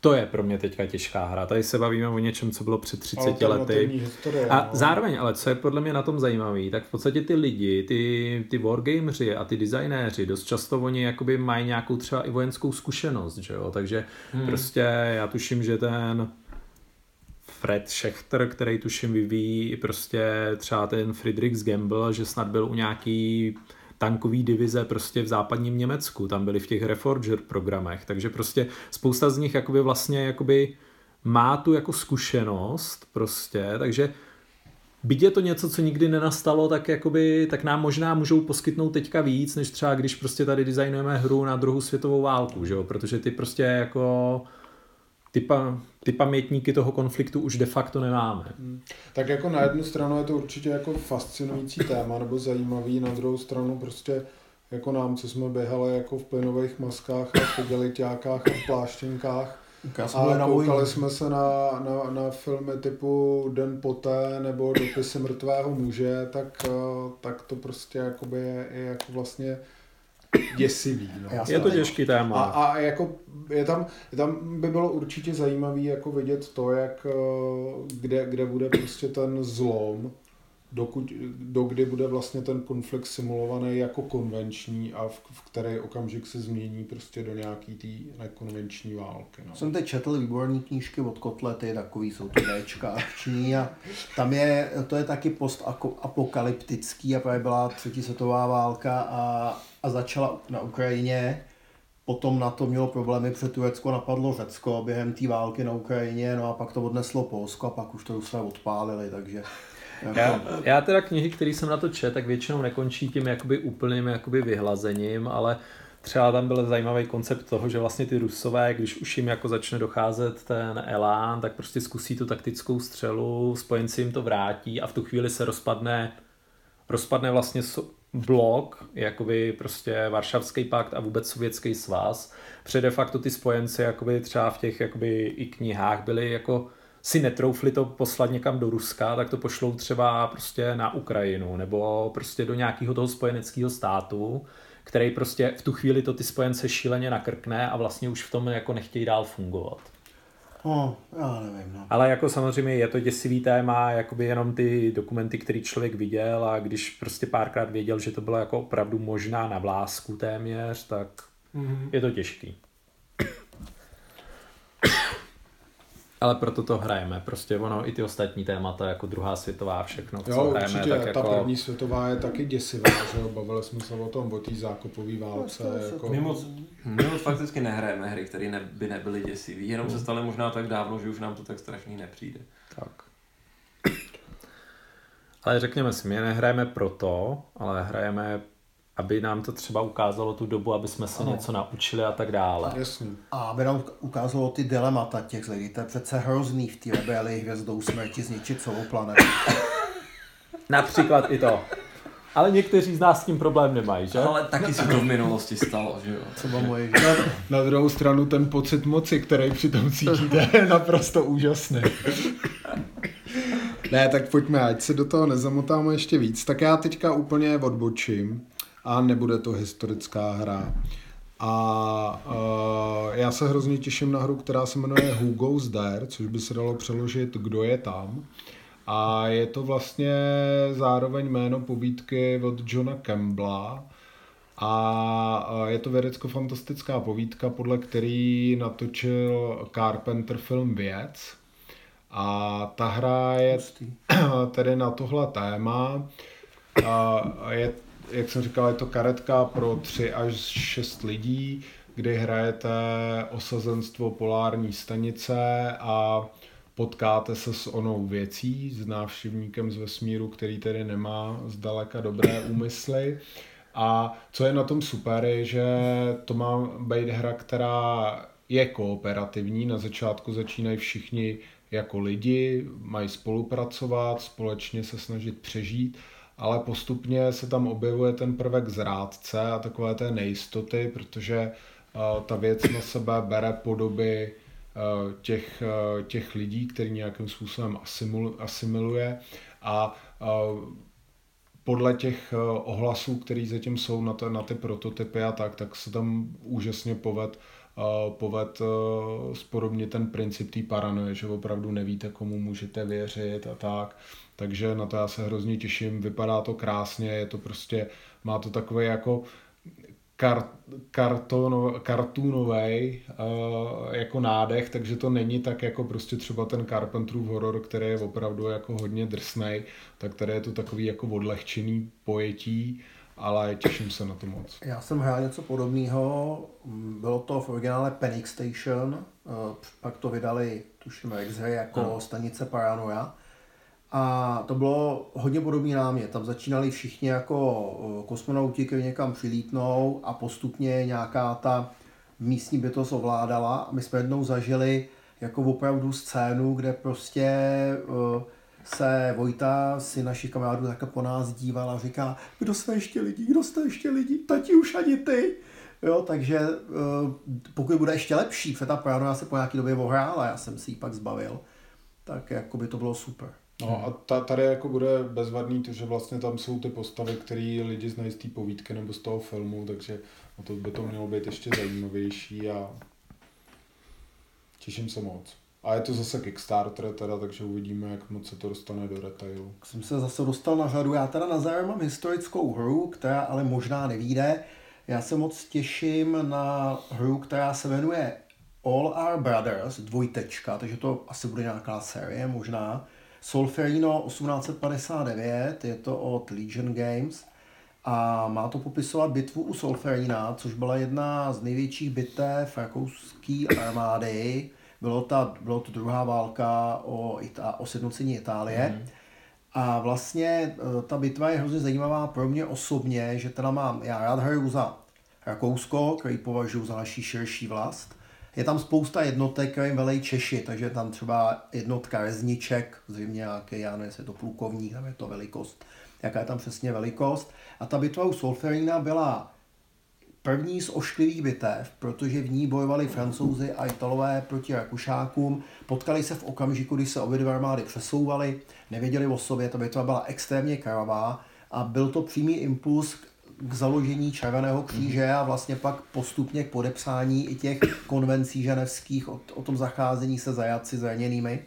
To je pro mě teďka těžká hra. Tady se bavíme o něčem, co bylo před 30 lety. Historie, a zároveň, ale co je podle mě na tom zajímavý, tak v podstatě ty lidi, ty wargameři a ty designéři, dost často oni jakoby mají nějakou třeba i vojenskou zkušenost, že jo? Takže prostě já tuším, že ten Fred Schechter, který tuším vyvíjí prostě třeba ten Friedrichs Gamble, že snad byl u nějaký tankový divize prostě v západním Německu, tam byli v těch Reforger programech, takže prostě spousta z nich jakoby vlastně jakoby má tu jako zkušenost prostě, takže byť je to něco, co nikdy nenastalo, tak jakoby, tak nám možná můžou poskytnout teďka víc, než třeba když prostě tady designujeme hru na druhou světovou válku, že jo, protože ty prostě jako ty pamětníky toho konfliktu už de facto nemáme. Tak jako na jednu stranu je to určitě jako fascinující téma nebo zajímavý, na druhou stranu prostě jako nám, co jsme běhali jako v plynových maskách a v igeliťákách a v pláštěnkách a koukali jsme se na filmy typu Den poté nebo Dopisy mrtvého muže, tak to prostě jakoby je jako vlastně děsivý. No. Je to těžký téma. A jako je tam by bylo určitě zajímavý jako vidět to, jak kde bude prostě ten zlom, dokdy bude vlastně ten konflikt simulovaný jako konvenční a v který okamžik se změní prostě do nějaký té nekonvenční války. No. Jsem teď četl výborné knížky od Kotlety, takový jsou to Bčka akční a tam to je taky postapokalyptický a právě byla 3. světová válka a začala na Ukrajině. Potom na to mělo problémy, před Turecko napadlo Řecko během té války na Ukrajině, no a pak to odneslo Polsko a pak už to Rusové odpálili, takže... Já teda knihy, které jsem na to čet, tak většinou nekončí tím jakoby úplným jakoby vyhlazením, ale třeba tam byl zajímavý koncept toho, že vlastně ty Rusové, když už jim jako začne docházet ten elán, tak prostě zkusí tu taktickou střelu, spojenci jim to vrátí a v tu chvíli se rozpadne vlastně blok, jakoby prostě Varšavský pakt a vůbec Sovětský svaz. Protože de facto ty spojenci jakoby třeba v těch jakoby i knihách byli jako si netroufli to poslat někam do Ruska, tak to pošlou třeba prostě na Ukrajinu nebo prostě do nějakého toho spojeneckého státu, který prostě v tu chvíli to ty spojence šíleně nakrkne a vlastně už v tom jako nechtějí dál fungovat. Já nevím, no. Ale jako samozřejmě je to děsivý téma, jakoby jenom ty dokumenty, který člověk viděl a když prostě párkrát věděl, že to bylo jako opravdu možná na vlásku téměř, tak je to těžký. Ale proto to hrajeme, prostě ono i ty ostatní témata, jako druhá světová, všechno, co hrajeme. Určitě, tak ta jako... první světová je taky děsivá, že jo, bavili jsme se o té zákopové válce. Jako... My moc fakticky nehrajeme hry, které by nebyly děsivý, jenom se staly možná tak dávno, že už nám to tak strašný nepřijde. Tak. Ale řekněme si, my nehrajeme proto, ale hrajeme, aby nám to třeba ukázalo tu dobu, aby jsme se něco naučili a tak dále. Jasný. A aby nám ukázalo ty dilemata těch lidí. To je přece hrozný v té rebelii Hvězdou smrti zničit celou planetu. Například i to. Ale někteří z nás s tím problém nemají, že? Ale taky se to v minulosti stalo, že jo. Třeba moje Na druhou stranu ten pocit moci, který přitom cítíte, je naprosto úžasný. Ne, tak pojďme, ať se do toho nezamotáme ještě víc. Tak já teďka úplně odbočím a nebude to historická hra. A já se hrozně těším na hru, která se jmenuje Who Goes There, což by se dalo přeložit Kdo je tam. A je to vlastně zároveň jméno povídky od Johna Campbella. A je to vědecko-fantastická povídka, podle který natočil Carpenter film Věc. A ta hra je tedy na tohle téma. Je, jak jsem říkal, je to karetka pro 3 až 6 lidí, kdy hrajete osazenstvo polární stanice a potkáte se s onou věcí, s návštěvníkem z vesmíru, který tedy nemá zdaleka dobré úmysly. A co je na tom super, je, že to má být hra, která je kooperativní. Na začátku začínají všichni jako lidi, mají spolupracovat, společně se snažit přežít, ale postupně se tam objevuje ten prvek zrádce a takové té nejistoty, protože ta věc na sebe bere podoby těch lidí, který nějakým způsobem asimiluje a podle těch ohlasů, které zatím jsou na ty prototypy a tak se tam úžasně povedl poved spodobnit ten princip té paranoje, že opravdu nevíte, komu můžete věřit a tak. Takže na to já se hrozně těším, vypadá to krásně, je to prostě, má to takový jako kartoonový jako nádech, takže to není tak jako prostě třeba ten Carpenterův horor, který je opravdu jako hodně drsnej, tak tady je to takový jako odlehčený pojetí, ale těším se na to moc. Já jsem hrál něco podobného, bylo to v originále Panic Station, pak to vydali, tuším, X-Ray jako stanice Paranoia. A to bylo hodně podobný námět. Tam začínali všichni jako kosmonauti, kteří někam přilítnou a postupně nějaká ta místní bytost ovládala. A my jsme jednou zažili jako opravdu scénu, kde prostě se Vojta, si našich kamarádů, takhle po nás díval a říká, kdo jste ještě lidi, tati už ani ty. Jo, takže pokud bude ještě lepší, protože ta paranoia se po nějaké době ohrála, já jsem si ji pak zbavil, tak jako by to bylo super. No a tady jako bude bezvadný to, že vlastně tam jsou ty postavy, které lidi znají z té povídky nebo z toho filmu, takže to by to mělo být ještě zajímavější a těším se moc. A je to zase Kickstarter teda, takže uvidíme, jak moc se to dostane do retailu. Jsem se zase dostal na řadu, já teda na závěr mám historickou hru, která ale možná nevyjde. Já se moc těším na hru, která se jmenuje All Our Brothers, dvojtečka, takže to asi bude nějaká série možná. Solferino 1859, je to od Legion Games a má to popisovat bitvu u Solferina, což byla jedna z největších bitev rakouské armády. Bylo to druhá válka o sjednocení Itálie. A vlastně ta bitva je hrozně zajímavá pro mě osobně, že teda já rád hraju za Rakousko, který považuji za naší širší vlast. Je tam spousta jednotek, kterým velej Češi, takže tam třeba jednotka rezniček, zřejmě nějaký, já nevím, jestli je to plukovník, tam je to velikost, jaká je tam přesně velikost. A ta bitva u Solferina byla první z ošklivých bitev, protože v ní bojovali Francouzi a Italové proti Rakušákům. Potkali se v okamžiku, kdy se obě dvě armády přesouvaly, nevěděli o sobě, ta bitva byla extrémně krvavá a byl to přímý impuls k založení Červeného kříže a vlastně pak postupně k podepsání i těch konvencí ženevských o tom zacházení se zajatci zraněnými.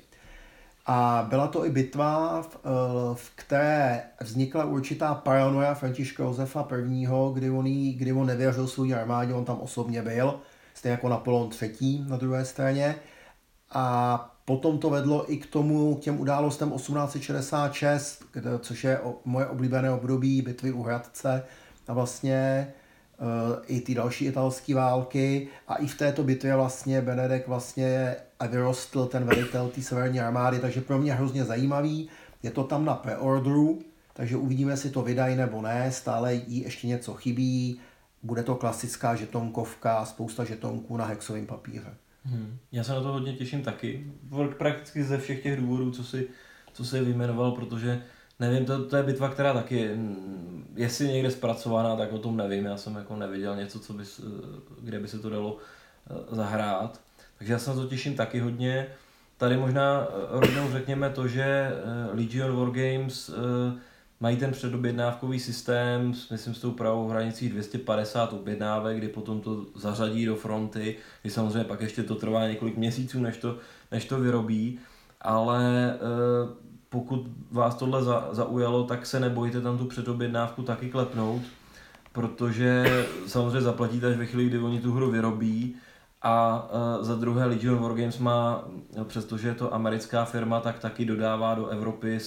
A byla to i bitva, v které vznikla určitá paranoia Františka Josefa I., kdy on nevěřil svou armádě, on tam osobně byl, stejně jako Napoleon III. Na druhé straně. A potom to vedlo i k těm událostem 1866, což je moje oblíbené období bitvy u Hradce a vlastně i ty další italské války. A i v této bitvě vlastně Benedek vlastně vyrostl ten velitel té severní armády, takže pro mě hrozně zajímavý. Je to tam na preorderu, takže uvidíme, jestli to vydají nebo ne, stále jí ještě něco chybí. Bude to klasická žetonkovka, spousta žetonků na hexovém papíře. Já se na to hodně těším taky, prakticky ze všech těch důvodů, co jsi vyjmenoval, protože nevím, to je bitva, která taky, jestli někde zpracovaná, tak o tom nevím, já jsem jako neviděl něco, kde by se to dalo zahrát, takže já se na to těším taky hodně. Tady možná rovnou řekněme to, že Legion Wargames mají ten předobjednávkový systém, myslím s tou pravou hranicí 250 objednávek, kdy potom to zařadí do fronty, kdy samozřejmě pak ještě to trvá několik měsíců, než to vyrobí, ale pokud vás tohle zaujalo, tak se nebojte tam tu předobjednávku taky klepnout, protože samozřejmě zaplatíte až ve chvíli, kdy oni tu hru vyrobí. A za druhé Legion Wargames má, přestože je to americká firma, tak taky dodává do Evropy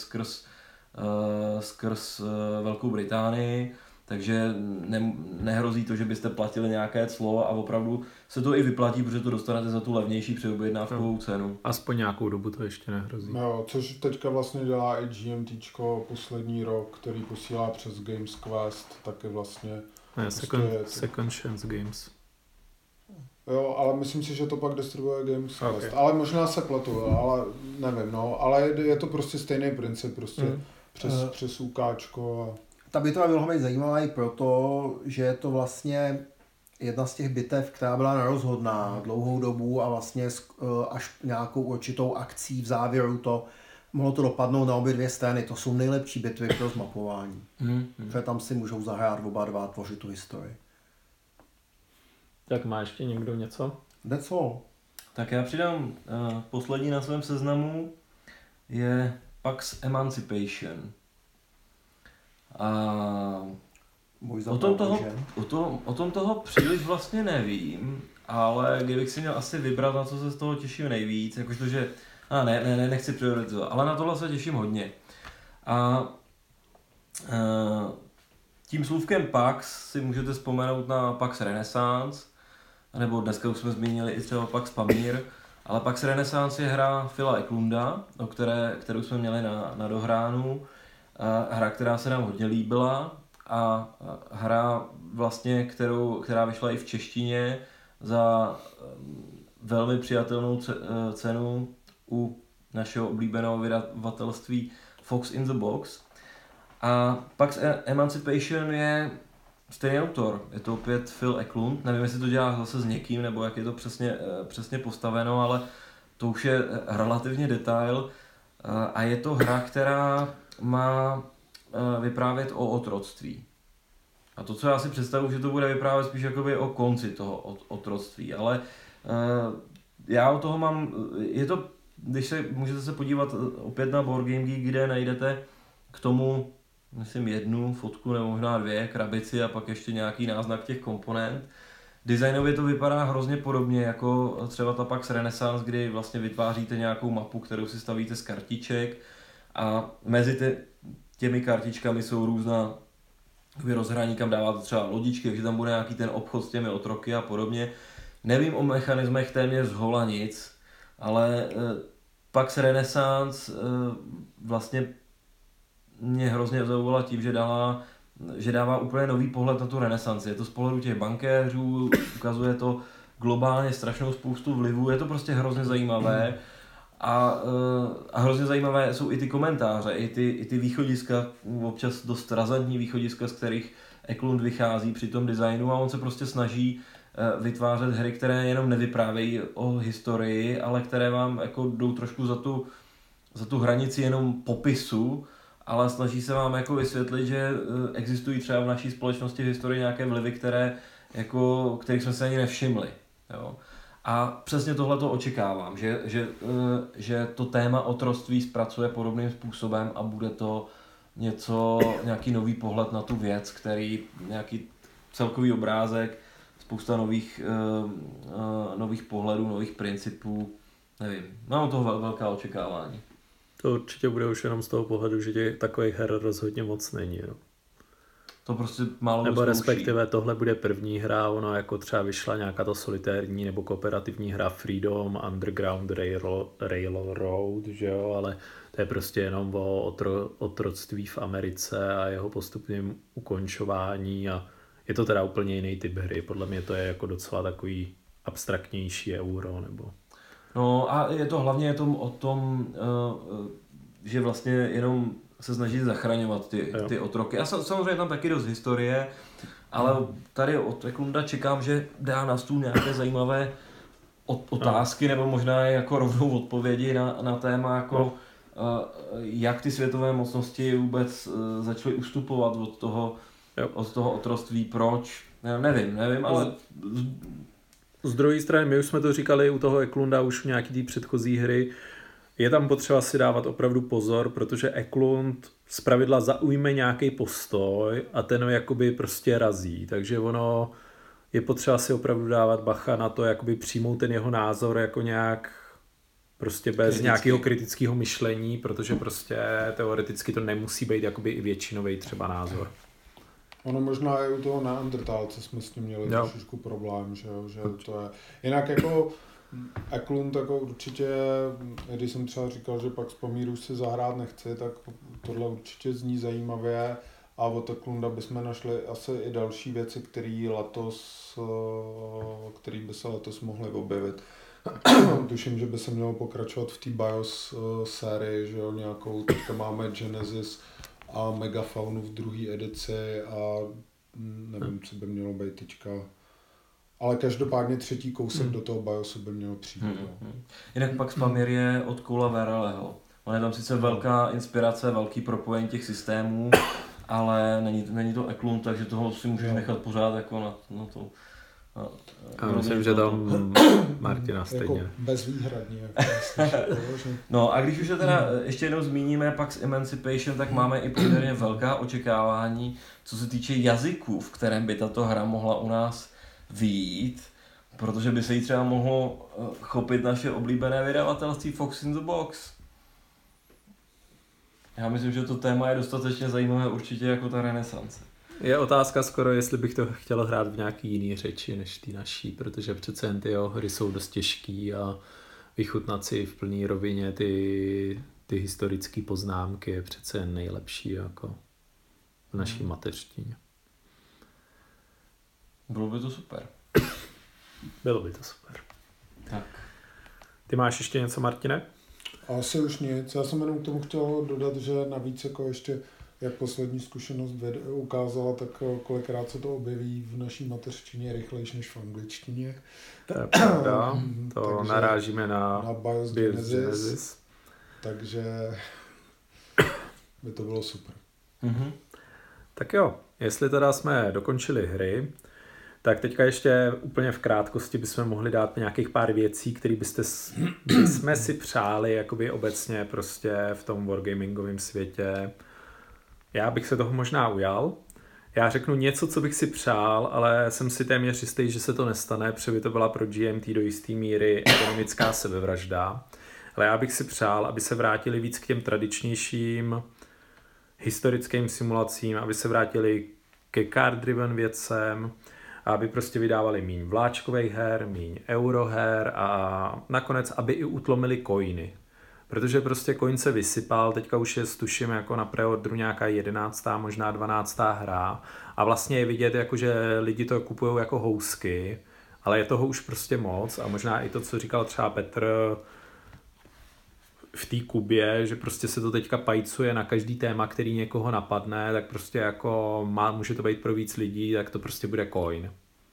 skrz Velkou Británii, takže nehrozí to, že byste platili nějaké clo a opravdu se to i vyplatí, protože to dostanete za tu levnější předobjednávkovou cenu. Aspoň nějakou dobu to ještě nehrozí. No, což teďka vlastně dělá i GMTčko poslední rok, který posílá přes Games Quest, taky vlastně. Ne, Second Chance Games. Jo, ale myslím si, že to pak distribuje Games Quest. Ale možná se pletu, ale nevím, no. Ale je to prostě stejný princip, prostě přes UKčko. Ta bitva byla být zajímavá i proto, že je to vlastně jedna z těch bitev, která byla nerozhodná dlouhou dobu a vlastně až nějakou určitou akcí v závěru to mohlo to dopadnout na obě dvě strany. To jsou nejlepší bitvy pro zmapování. Protože tam si můžou zahrát oba dva a tvořit tu historii. Tak má ještě někdo něco? That's all. Tak já přidám poslední na svém seznamu je Pax Emancipation. A o tom toho příliš vlastně nevím, ale kdybych si měl asi vybrat, na co se z toho těším nejvíc, jakože že nechci prioritizovat, ale na tohle se těším hodně. A tím slůvkem Pax si můžete vzpomenout na Pax Renaissance, nebo dneska už jsme zmínili i třeba Pax Pamír, ale Pax Renaissance je hra Phila Eklunda, kterou jsme měli na dohránu. Hra, která se nám hodně líbila a hra vlastně, která vyšla i v češtině za velmi přijatelnou cenu u našeho oblíbeného vydavatelství Fox in the Box. A Pax Emancipation je stejný autor, je to opět Phil Eklund, nevím, jestli to dělá zase s někým, nebo jak je to přesně postaveno, ale to už je relativně detail a je to hra, která má vyprávět o otroctví. A to, co já si představuji, že to bude vyprávět spíš jakoby o konci toho otroctví, ale já u toho mám, můžete se podívat opět na Board Game Geek, kde najdete k tomu, myslím, jednu fotku nebo možná 2, krabici a pak ještě nějaký náznak těch komponent. Designově to vypadá hrozně podobně jako třeba ta Pax Renaissance, kdy vlastně vytváříte nějakou mapu, kterou si stavíte z kartiček a mezi těmi kartičkami jsou různá rozhraní, kam dáváte třeba lodičky, že tam bude nějaký ten obchod s těmi otroky a podobně. Nevím o mechanismech téměř zhola nic, ale Pax Renaissance vlastně mě hrozně zaujala tím, že dává úplně nový pohled na tu renesanci. Je to z pohledu těch bankéřů, ukazuje to globálně strašnou spoustu vlivů, je to prostě hrozně zajímavé. A hrozně zajímavé jsou i ty komentáře, i ty východiska, občas dost razantní východiska, z kterých Eklund vychází při tom designu a on se prostě snaží vytvářet hry, které jenom nevyprávějí o historii, ale které vám jako jdou trošku za tu hranici jenom popisu, ale snaží se vám jako vysvětlit, že existují třeba v naší společnosti v historii nějaké vlivy, kterých jsme se ani nevšimli. Jo. A přesně tohle to očekávám, že to téma otroctví zpracuje podobným způsobem a bude to nějaký nový pohled na tu věc, nějaký celkový obrázek, spousta nových pohledů, nových principů, nevím, mám toho velká očekávání. To určitě bude už jenom z toho pohledu, že těch takových her rozhodně moc není. No. To prostě málo nebo respektive tohle bude první hra, ono jako třeba vyšla nějaká to solitérní nebo kooperativní hra Freedom, Underground Railroad, že jo, ale to je prostě jenom o otroctví v Americe a jeho postupném ukončování a je to teda úplně jiný typ hry, podle mě to je jako docela takový abstraktnější euro, nebo... No a je to hlavně o tom, že vlastně jenom se snaží zachraňovat ty otroky. A samozřejmě tam taky dost historie, ale tady od Eklunda čekám, že dá na stůl nějaké zajímavé otázky, nebo možná jako rovnou odpovědi na téma, jako jak ty světové mocnosti vůbec začaly ustupovat od toho otroctví, proč, nevím, ale... Z druhé strany, my už jsme to říkali u toho Eklunda už v nějaký té předchozí hry, je tam potřeba si dávat opravdu pozor, protože Eklund zpravidla zaujme nějaký postoj a ten ho jakoby prostě razí, takže ono je potřeba si opravdu dávat bacha na to, jakoby přijmout ten jeho názor jako nějak prostě bez nějakého kritického myšlení, protože prostě teoreticky to nemusí být jakoby i většinový třeba názor. Ono možná i u toho Neandertálce jsme s tím měli trošičku problém, že to je. Jinak jako Eklund jako určitě, když jsem třeba říkal, že pak z Pamíru si zahrát nechci, tak tohle určitě zní zajímavě a od Eklunda bychom našli asi i další věci, které by se letos mohly objevit. Tuším, že by se mělo pokračovat v té BIOS sérii, že jo, nějakou, teďka máme Genesis a Megafaunu v druhé edici a nevím, co by mělo být teďka. Ale každopádně třetí kousek do toho BIOSu by měl přijít. Jinak pak Pamír je od Cola Verrelleho. On je tam sice velká inspirace, velký propojení těch systémů, ale není to Eklund, takže toho si můžeš nechat pořád jako na to A myslím, že tam Martina stejně. Jako bezvýhradně. No a když už se teda ještě jednou zmíníme pak s Emancipation, tak máme i poměrně velká očekávání, co se týče jazyků, v kterém by tato hra mohla u nás vyjít, protože by se jí třeba mohlo chopit naše oblíbené vydavatelství Fox in the Box. Já myslím, že to téma je dostatečně zajímavé určitě jako ta renesance. Je otázka skoro, jestli bych to chtěl hrát v nějaký jiný řeči než ty naší, protože přece jen ty hry jsou dost těžký a vychutnat si v plný rovině ty historické poznámky je přece jen nejlepší jako v naší mateřštině. Bylo by to super. Bylo by to super. Tak. Ty máš ještě něco, Martine? Asi už nic. Já jsem jenom k tomu chtěl dodat, že navíc jako ještě, jak poslední zkušenost ukázala, tak kolikrát se to objeví v naší mateřštině rychlejší než v angličtině. To je pravda. To takže narážíme na BIOS Genesis. Takže by to bylo super. Mhm. Tak jo, jestli teda jsme dokončili hry, tak teďka ještě úplně v krátkosti bychom mohli dát nějakých pár věcí, které bychom si přáli jakoby obecně prostě v tom wargamingovém světě. Já bych se toho možná ujal. Já řeknu něco, co bych si přál, ale jsem si téměř jistý, že se to nestane, protože by to byla pro GMT do jisté míry ekonomická sebevražda. Ale já bych si přál, aby se vrátili víc k těm tradičnějším historickým simulacím, aby se vrátili ke card-driven věcem, aby prostě vydávali míň vláčkových her, míň euroher a nakonec, aby i utlomili coiny. Protože prostě coin se vysypal, teďka už je tuším jako na preorderu nějaká 11., možná 12. hra a vlastně je vidět, jako, že lidi to kupují jako housky, ale je toho už prostě moc a možná i to, co říkal třeba Petr v té Kubě, že prostě se to teďka pajcuje na každý téma, který někoho napadne, tak prostě jako může to být pro víc lidí, tak to prostě bude coin.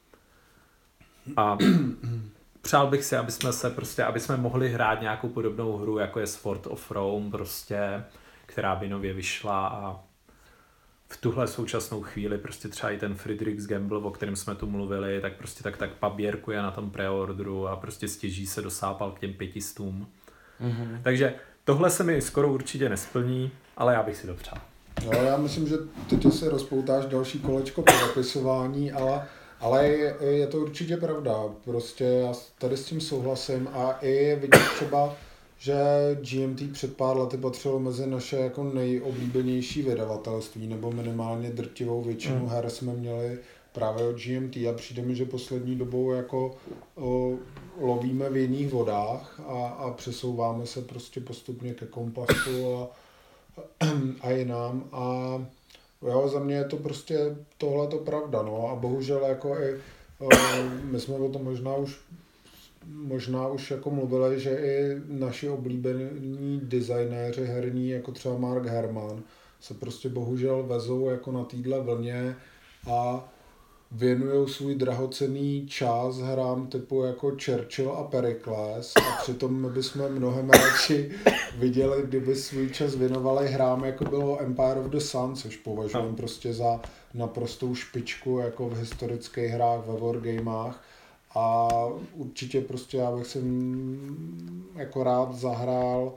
A přál bych si, aby jsme mohli hrát nějakou podobnou hru, jako je Sword of Rome, prostě, která by nově vyšla a v tuhle současnou chvíli prostě třeba i ten Friedrich's Gamble, o kterém jsme tu mluvili, tak prostě tak paběrkuje na tom preorderu a prostě stěží se dosápal k těm 500. Mm-hmm. Takže tohle se mi skoro určitě nesplní, ale já bych si to přál. No, já myslím, že teď si rozpoutáš další kolečko podepisování, ale je to určitě pravda. Prostě já tady s tím souhlasím a i vidím třeba, že GMT před pár lety patřilo mezi naše jako nejoblíbenější vydavatelství, nebo minimálně drtivou většinu her jsme měli právě od GMT a přijde mi, že poslední dobou jako lovíme v jiných vodách a přesouváme se prostě postupně ke Kompasu a jinam a jo, za mě je to prostě tohleto pravda, no a bohužel jako i my jsme o tom možná už jako mluvili, že i naši oblíbení designéři herní, jako třeba Mark Herman, se prostě bohužel vezou jako na téhle vlně a věnují svůj drahocenný čas hrám typu jako Churchill a Pericles a přitom my bychom mnohem radši viděli, kdyby svůj čas věnovali hrám, jako bylo Empire of the Sun, což považujeme prostě za naprostou špičku jako v historických hrách, ve wargamách a určitě prostě já bych si jako rád zahrál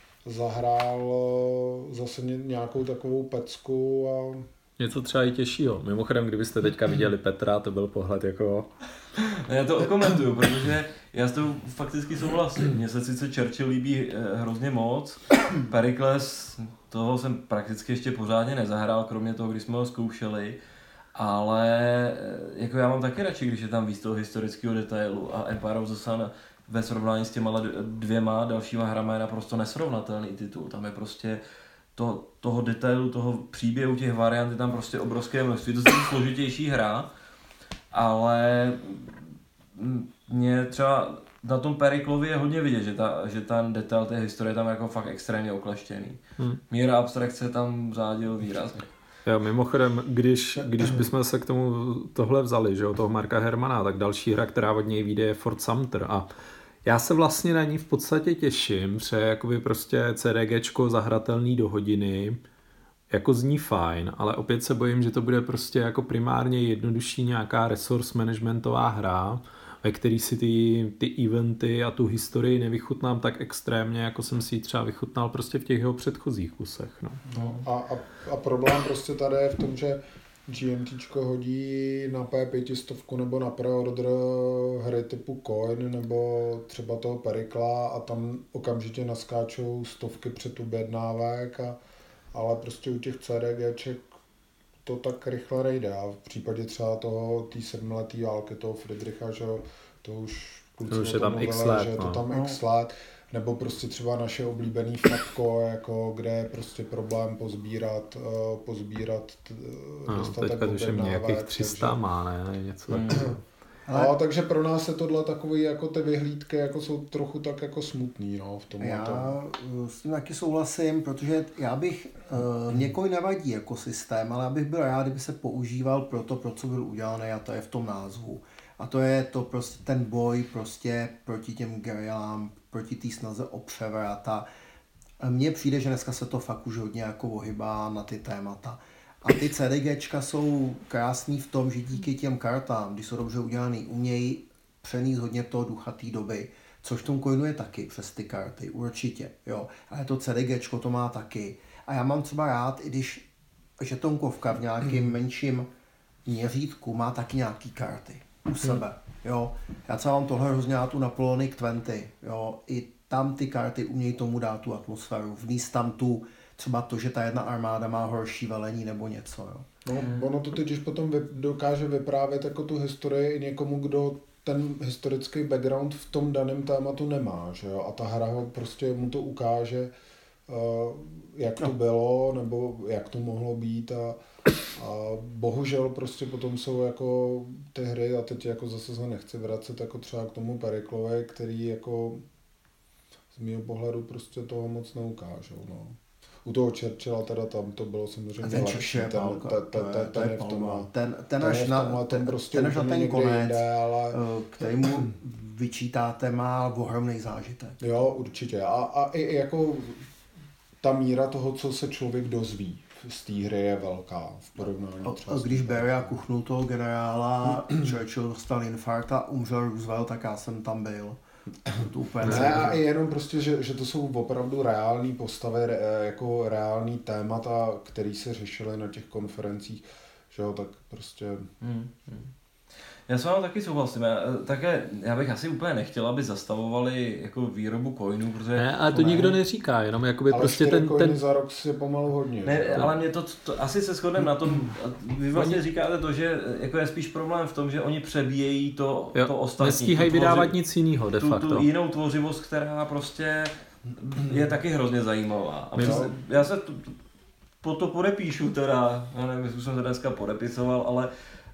zase nějakou takovou pecku a něco třeba i těžšího. Mimochodem, kdybyste teďka viděli Petra, to byl pohled jako... Já to okomentuju, protože já s tou fakticky souhlasím. Mně se sice Churchill líbí hrozně moc, Pericles, toho jsem prakticky ještě pořádně nezahrál, kromě toho, když jsme ho zkoušeli, ale jako já mám taky radši, když je tam víc toho historického detailu a Empire of the Sun ve srovnání s těma dvěma dalšíma hrama je naprosto nesrovnatelný titul. Tam je prostě toho detailu, toho příběhu, těch variant je tam prostě obrovské množství. To je složitější hra, ale mě třeba na tom Periklovi je hodně vidět, že ten detail té historie tam jako fakt extrémně okleštěný. Míra abstrakce tam řádil výrazně. Jo, mimochodem, když bychom se k tomu tohle vzali, že jo, toho Marka Hermana, tak další hra, která od něj vyjde, je Fort Sumter a já se vlastně na ní v podstatě těším, protože jakoby prostě CDGčko zahratelný do hodiny, jako zní fajn, ale opět se bojím, že to bude prostě jako primárně jednodušší nějaká resource managementová hra, ve který si ty eventy a tu historii nevychutnám tak extrémně, jako jsem si ji třeba vychutnal prostě v těch jeho předchozích kusech. No. A problém prostě tady je v tom, že GMTčko hodí na P500 nebo na preorder hry typu Coin nebo třeba toho Perikla a tam okamžitě naskáčou stovky předobjednávek, ale prostě u těch CDGček to tak rychle nejde. A v případě třeba té 7leté války, toho Friedricha, že to už kluci je tam mluvili, x let, že je to tam x let. Nebo prostě třeba naše oblíbený Fatko, jako kde je prostě problém pozbírat dostatek teďka už je nějakých 300 takže... má, ne? Něco No, takže pro nás je tohle takový, jako ty vyhlídky jako jsou trochu tak jako smutný, no, v tomhle. Já s tím taky souhlasím, protože mě Coin nevadí jako systém, ale já bych byl rád, kdyby se používal pro to, pro co byl udělaný, a to je v tom názvu. A to je to prostě ten boj prostě proti těm gerilám, proti té snaze o převrat. A mně přijde, že dneska se to fakt už hodně jako ohybá na ty témata. A ty CDGčka jsou krásný v tom, že díky těm kartám, když jsou dobře udělaný, umějí přenést hodně toho ducha té doby, což v tom Coinu je taky přes ty karty, určitě, jo. Ale to CDGčko to má taky. A já mám třeba rád, i když žetonkovka v nějakém menším měřítku má taky nějaký karty u sebe, jo. Já třeba mám tohle hrozně rád u Napoleonic 20, jo. I tam ty karty umějí tomu dát tu atmosféru, vníst tam tu třeba to, že ta jedna armáda má horší velení nebo něco. Jo. No, ono to totiž potom dokáže vyprávět jako tu historii i někomu, kdo ten historický background v tom daném tématu nemá, že jo? A ta hra ho prostě mu to ukáže, jak to bylo, nebo jak to mohlo být a bohužel prostě potom jsou jako ty hry, a teď jako zase se nechci vracet jako třeba k tomu Periklovi, který jako z mého pohledu prostě toho moc neukážou, no. U toho Churchilla teda tam to bylo samozřejmě lepší, ten je v tom. Ten až na ten konec, kterému vyčítáte, má ohromný zážitek. Jo, určitě. A i jako ta míra toho, co se člověk dozví z té hry, je velká v porovnání třeba. Když Beria kuchnul toho generála, Churchill dostal infarkt a umřel Roosevelt, tak já jsem tam byl. To úplně ne, a jenom prostě, že to jsou opravdu reální postavy, jako reální témata, které se řešily na těch konferencích, že jo, tak prostě... Já s vámi taky souhlasím. Já bych asi úplně nechtěl, aby zastavovali jako výrobu coinů, protože... Ne, ale to nikdo neříká, jenom jakoby ale prostě ten za rok je pomalu hodně. Ne, ale mě to asi se shodneme na tom, vy vlastně říkáte to, že jako je spíš problém v tom, že oni přebíjejí to ostatní. Nestíhají vydávat nic jiného de facto. Tu jinou tvořivost, která prostě je taky hrozně zajímavá. A já se po to podepíšu teda, já nevím, jestli jsem se dneska podepisoval, ale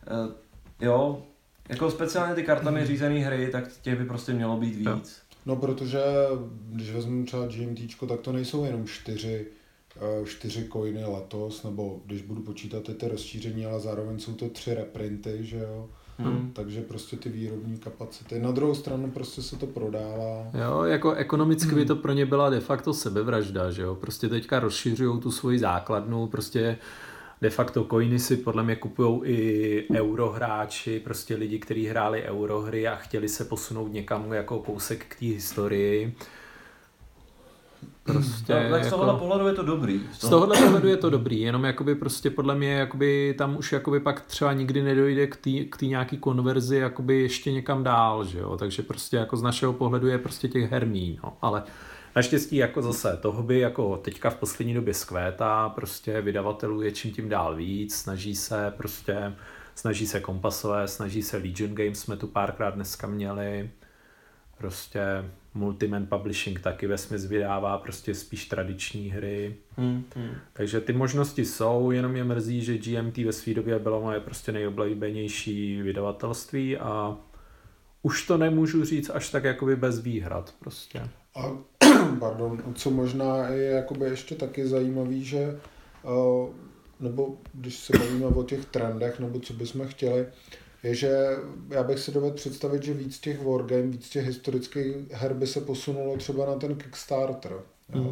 jo, jako speciálně ty kartami řízené hry, tak těch by prostě mělo být víc. No, protože když vezmu třeba GMTčko, tak to nejsou jenom 4 coiny letos, nebo když budu počítat ty rozšíření, ale zároveň jsou to 3 reprinty, že jo. Takže prostě ty výrobní kapacity. Na druhou stranu prostě se to prodává. Jo, jako ekonomicky by to pro ně byla de facto sebevražda, že jo. Prostě teďka rozšiřují tu svoji základnu, prostě de facto coiny si podle mě kupujou i eurohráči, prostě lidi, kteří hráli eurohry a chtěli se posunout někam jako kousek k té historii. Prostě tak z tohohle pohledu je to dobrý. Z tohohle pohledu je to dobrý, jenom jakoby prostě podle mě jakoby tam už jakoby pak třeba nikdy nedojde k té nějaký konverzi jakoby ještě někam dál, že jo, takže prostě jako z našeho pohledu je prostě těch her míň, no, ale naštěstí jako zase toho by jako teďka v poslední době skvétá, prostě vydavatelů je čím tím dál víc, snaží se Kompasové, snaží se Legion Games, jsme tu párkrát dneska měli, prostě Multiman Publishing taky vesměs vydává prostě spíš tradiční hry. Takže ty možnosti jsou, jenom mě mrzí, že GMT ve své době bylo moje prostě nejoblíbenější vydavatelství a už to nemůžu říct až tak jakoby bez výhrad prostě. A pardon, co možná je jakoby ještě taky zajímavý, že nebo když se bavíme o těch trendech, nebo co bychom chtěli, je, že já bych si dovedl představit, že víc těch wargame, víc těch historických her by se posunulo třeba na ten Kickstarter. Jo?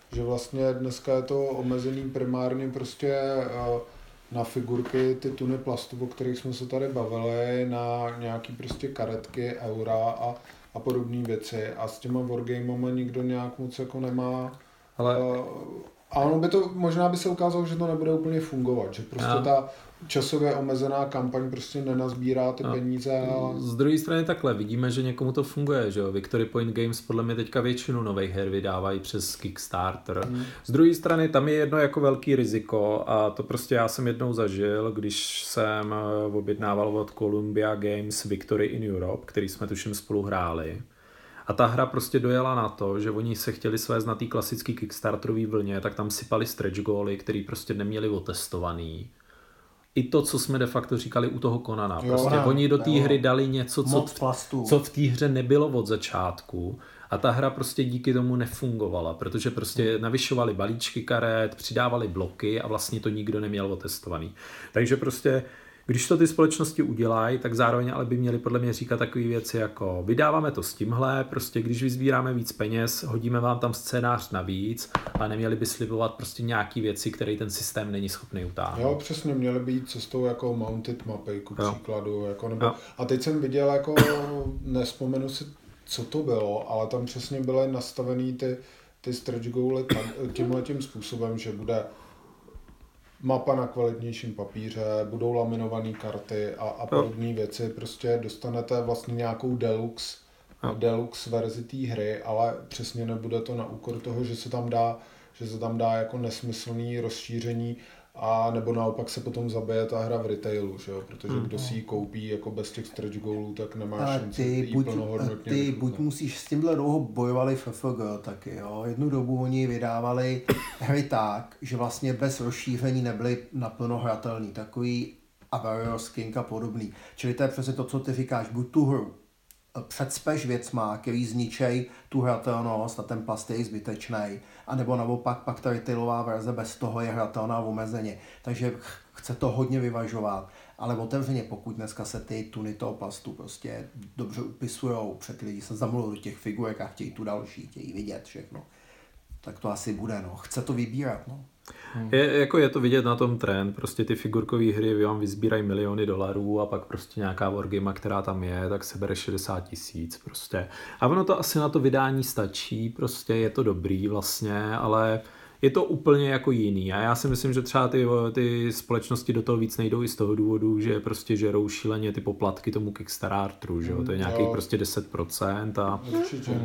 že vlastně dneska je to omezený primárně prostě na figurky, ty tuny plastu, o kterých jsme se tady bavili, na nějaký prostě karetky, eura a podobné věci. A s těma wargamama nikdo nějak moc jako nemá. Ale a ono by to, možná by se ukázalo, že to nebude úplně fungovat, že prostě ta časově omezená kampaň prostě nenazbírá ty peníze. Z druhé strany takhle, vidíme, že někomu to funguje, že jo. Victory Point Games podle mě teďka většinu nových her vydávají přes Kickstarter. Z druhé strany tam je jedno jako velký riziko a to prostě já jsem jednou zažil, když jsem objednával od Columbia Games Victory in Europe, který jsme tuším spolu hráli. A ta hra prostě dojela na to, že oni se chtěli svést na té klasické Kickstarterové vlně, tak tam sypali stretch goaly, který prostě neměli otestovaný. I to, co jsme de facto říkali u toho Conana. Prostě oni do té hry dali něco, co v té hře nebylo od začátku. A ta hra prostě díky tomu nefungovala, protože prostě navyšovali balíčky karet, přidávali bloky a vlastně to nikdo neměl otestovaný. Takže prostě když to ty společnosti udělají, tak zároveň ale by měli podle mě říkat takové věci jako vydáváme to s tímhle, prostě když vyzbíráme víc peněz, hodíme vám tam scénář navíc a neměli by slibovat prostě nějaký věci, které ten systém není schopný utáhnout. Jo, přesně, měly by jít cestou jako mounted mapy, ku příkladu. Jako, nebo, a teď jsem viděl, jako nespomenu si, co to bylo, ale tam přesně byly nastavený ty stretch goaly tímhletím způsobem, že bude mapa na kvalitnějším papíře, budou laminované karty a podobné věci. Prostě dostanete vlastně nějakou deluxe verzi té hry, ale přesně nebude to na úkor toho, že se tam dá jako nesmyslný rozšíření a nebo naopak se potom zabije ta hra v retailu, že jo? Protože kdo si ji koupí jako bez těch stretch goalů, tak nemá šanci jí plnohodnotně vychutnat. Buď musíš s tímhle dlouho bojovali FFG taky, jo. Jednu dobu oni vydávali hry tak, že vlastně bez rozšíření nebyly naplno hratelný, takový Avarios King a podobný. Čili to je přesně to, co ty říkáš, buď tu hru předspeš věcma, který zničej tu hratelnost a ten plast je zbytečný, anebo naopak pak ta retailová verze bez toho je hratelná omezeně. Takže chce to hodně vyvažovat, ale otevřeně, pokud dneska se ty tuny toho plastu prostě dobře upisujou, před lidi se zamluví do těch figurek a chtějí tu další, chtějí vidět všechno, tak to asi bude, no. Chce to vybírat, no. Je to vidět na tom trend, prostě ty figurkové hry vám vyzbírají miliony dolarů a pak prostě nějaká wargame, která tam je, tak se bere 60 000 prostě. A ono to asi na to vydání stačí, prostě je to dobrý vlastně, ale je to úplně jako jiný. A já si myslím, že třeba ty společnosti do toho víc nejdou i z toho důvodu, že prostě žerou šíleně ty poplatky tomu Kickstarteru, že jo, to je nějaký prostě 10% a... Určitě.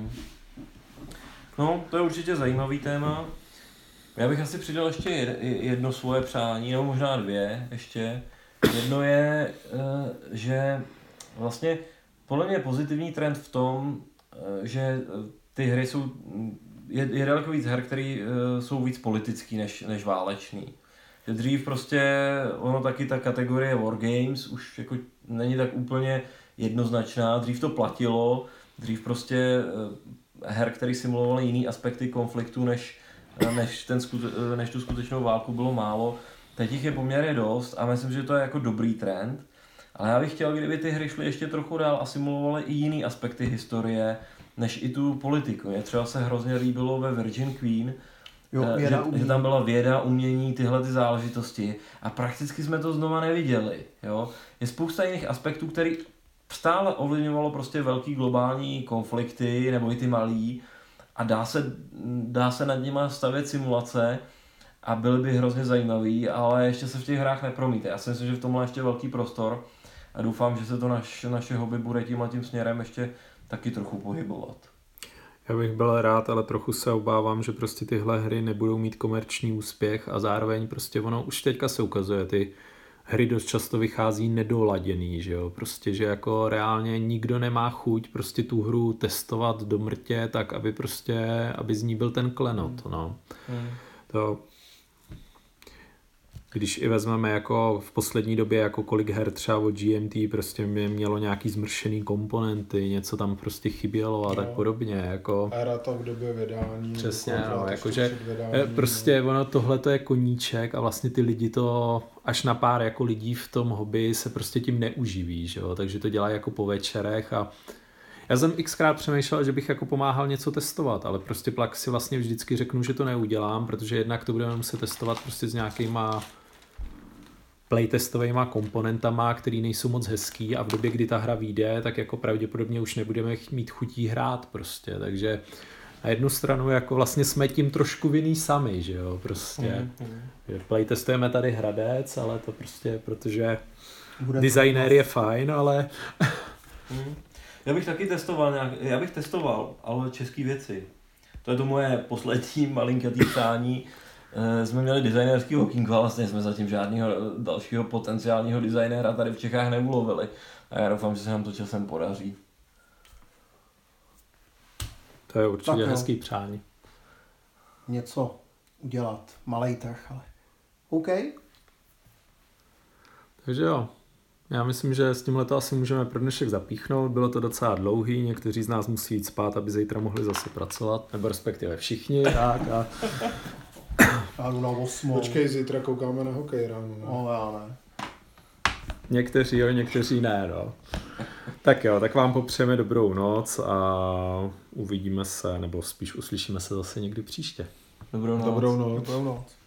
No, to je určitě zajímavý téma. Já bych asi přidal ještě jedno svoje přání, nebo možná dvě ještě. Jedno je, že vlastně podle mě je pozitivní trend v tom, že ty hry jsou, je daleko víc her, které jsou víc politický než válečný. Že dřív prostě, ono taky ta kategorie Wargames už jako není tak úplně jednoznačná, dřív to platilo, dřív prostě her, které simulovaly jiný aspekty konfliktu než tu skutečnou válku bylo málo. Teď jich je poměrně dost a myslím, že to je jako dobrý trend. Ale já bych chtěl, kdyby ty hry šly ještě trochu dál a simulovaly i jiný aspekty historie, než i tu politiku. Mně třeba se hrozně líbilo ve Virgin Queen, že tam byla věda, umění, tyhle ty záležitosti a prakticky jsme to znova neviděli. Jo? Je spousta jiných aspektů, který stále ovlivňovalo prostě velký globální konflikty, nebo i ty malý, a dá se nad nima stavět simulace a byly by hrozně zajímavý, ale ještě se v těch hrách nepromítá. Já si myslím, že v tomhle ještě velký prostor a doufám, že se to naše hobby bude tímhletím směrem ještě taky trochu pohybovat. Já bych byl rád, ale trochu se obávám, že prostě tyhle hry nebudou mít komerční úspěch a zároveň prostě ono už teďka se ukazuje, ty hry dost často vychází nedoladěný, že jo, prostě, že jako reálně nikdo nemá chuť prostě tu hru testovat do mrtě, tak aby z ní byl ten klenot, no. To, když i vezmeme jako v poslední době jako kolik her třeba od GMT prostě mělo nějaký zmršený komponenty, něco tam prostě chybělo a tak podobně, jako... Errata v době vydání. Přesně, no, jakože prostě ono tohle to je koníček a vlastně ty lidi to, až na pár jako lidí v tom hobby se prostě tím neuživí, že jo, takže to dělají jako po večerech a Já jsem xkrát přemýšlel, že bych jako pomáhal něco testovat, ale prostě pak si vlastně vždycky řeknu, že to neudělám, protože jednak to budeme muset testovat prostě s nějakýma playtestovejma komponentama, který nejsou moc hezký a v době, kdy ta hra vyjde, tak jako pravděpodobně už nebudeme mít chutí hrát prostě, takže na jednu stranu jako vlastně jsme tím trošku vinný sami, že jo, prostě. Playtestujeme tady Hradec, ale to prostě, protože designér je fajn, ale... Já bych testoval, ale český věci. To je to moje poslední malinkatý přání. Jsme měli designérský okýnko a vlastně jsme zatím žádného dalšího potenciálního designéra tady v Čechách nemluvili. A já doufám, že se nám to časem podaří. To je určitě hezký přání. Něco udělat, malej trh, ale OK. Takže jo, já myslím, že s tímhle to asi můžeme pro dnešek zapíchnout. Bylo to docela dlouhý, někteří z nás musí jít spát, aby zítra mohli zase pracovat, nebo respektive všichni. Tak a... Já jdu na 8. Počkej, zítra koukáme na hokej ráno. Ne? No, já ne. Někteří jo, někteří ne, no. Tak jo, tak vám popřejeme dobrou noc a uvidíme se, nebo spíš uslyšíme se zase někdy příště. Dobrou noc. Dobrou noc. Dobrou noc.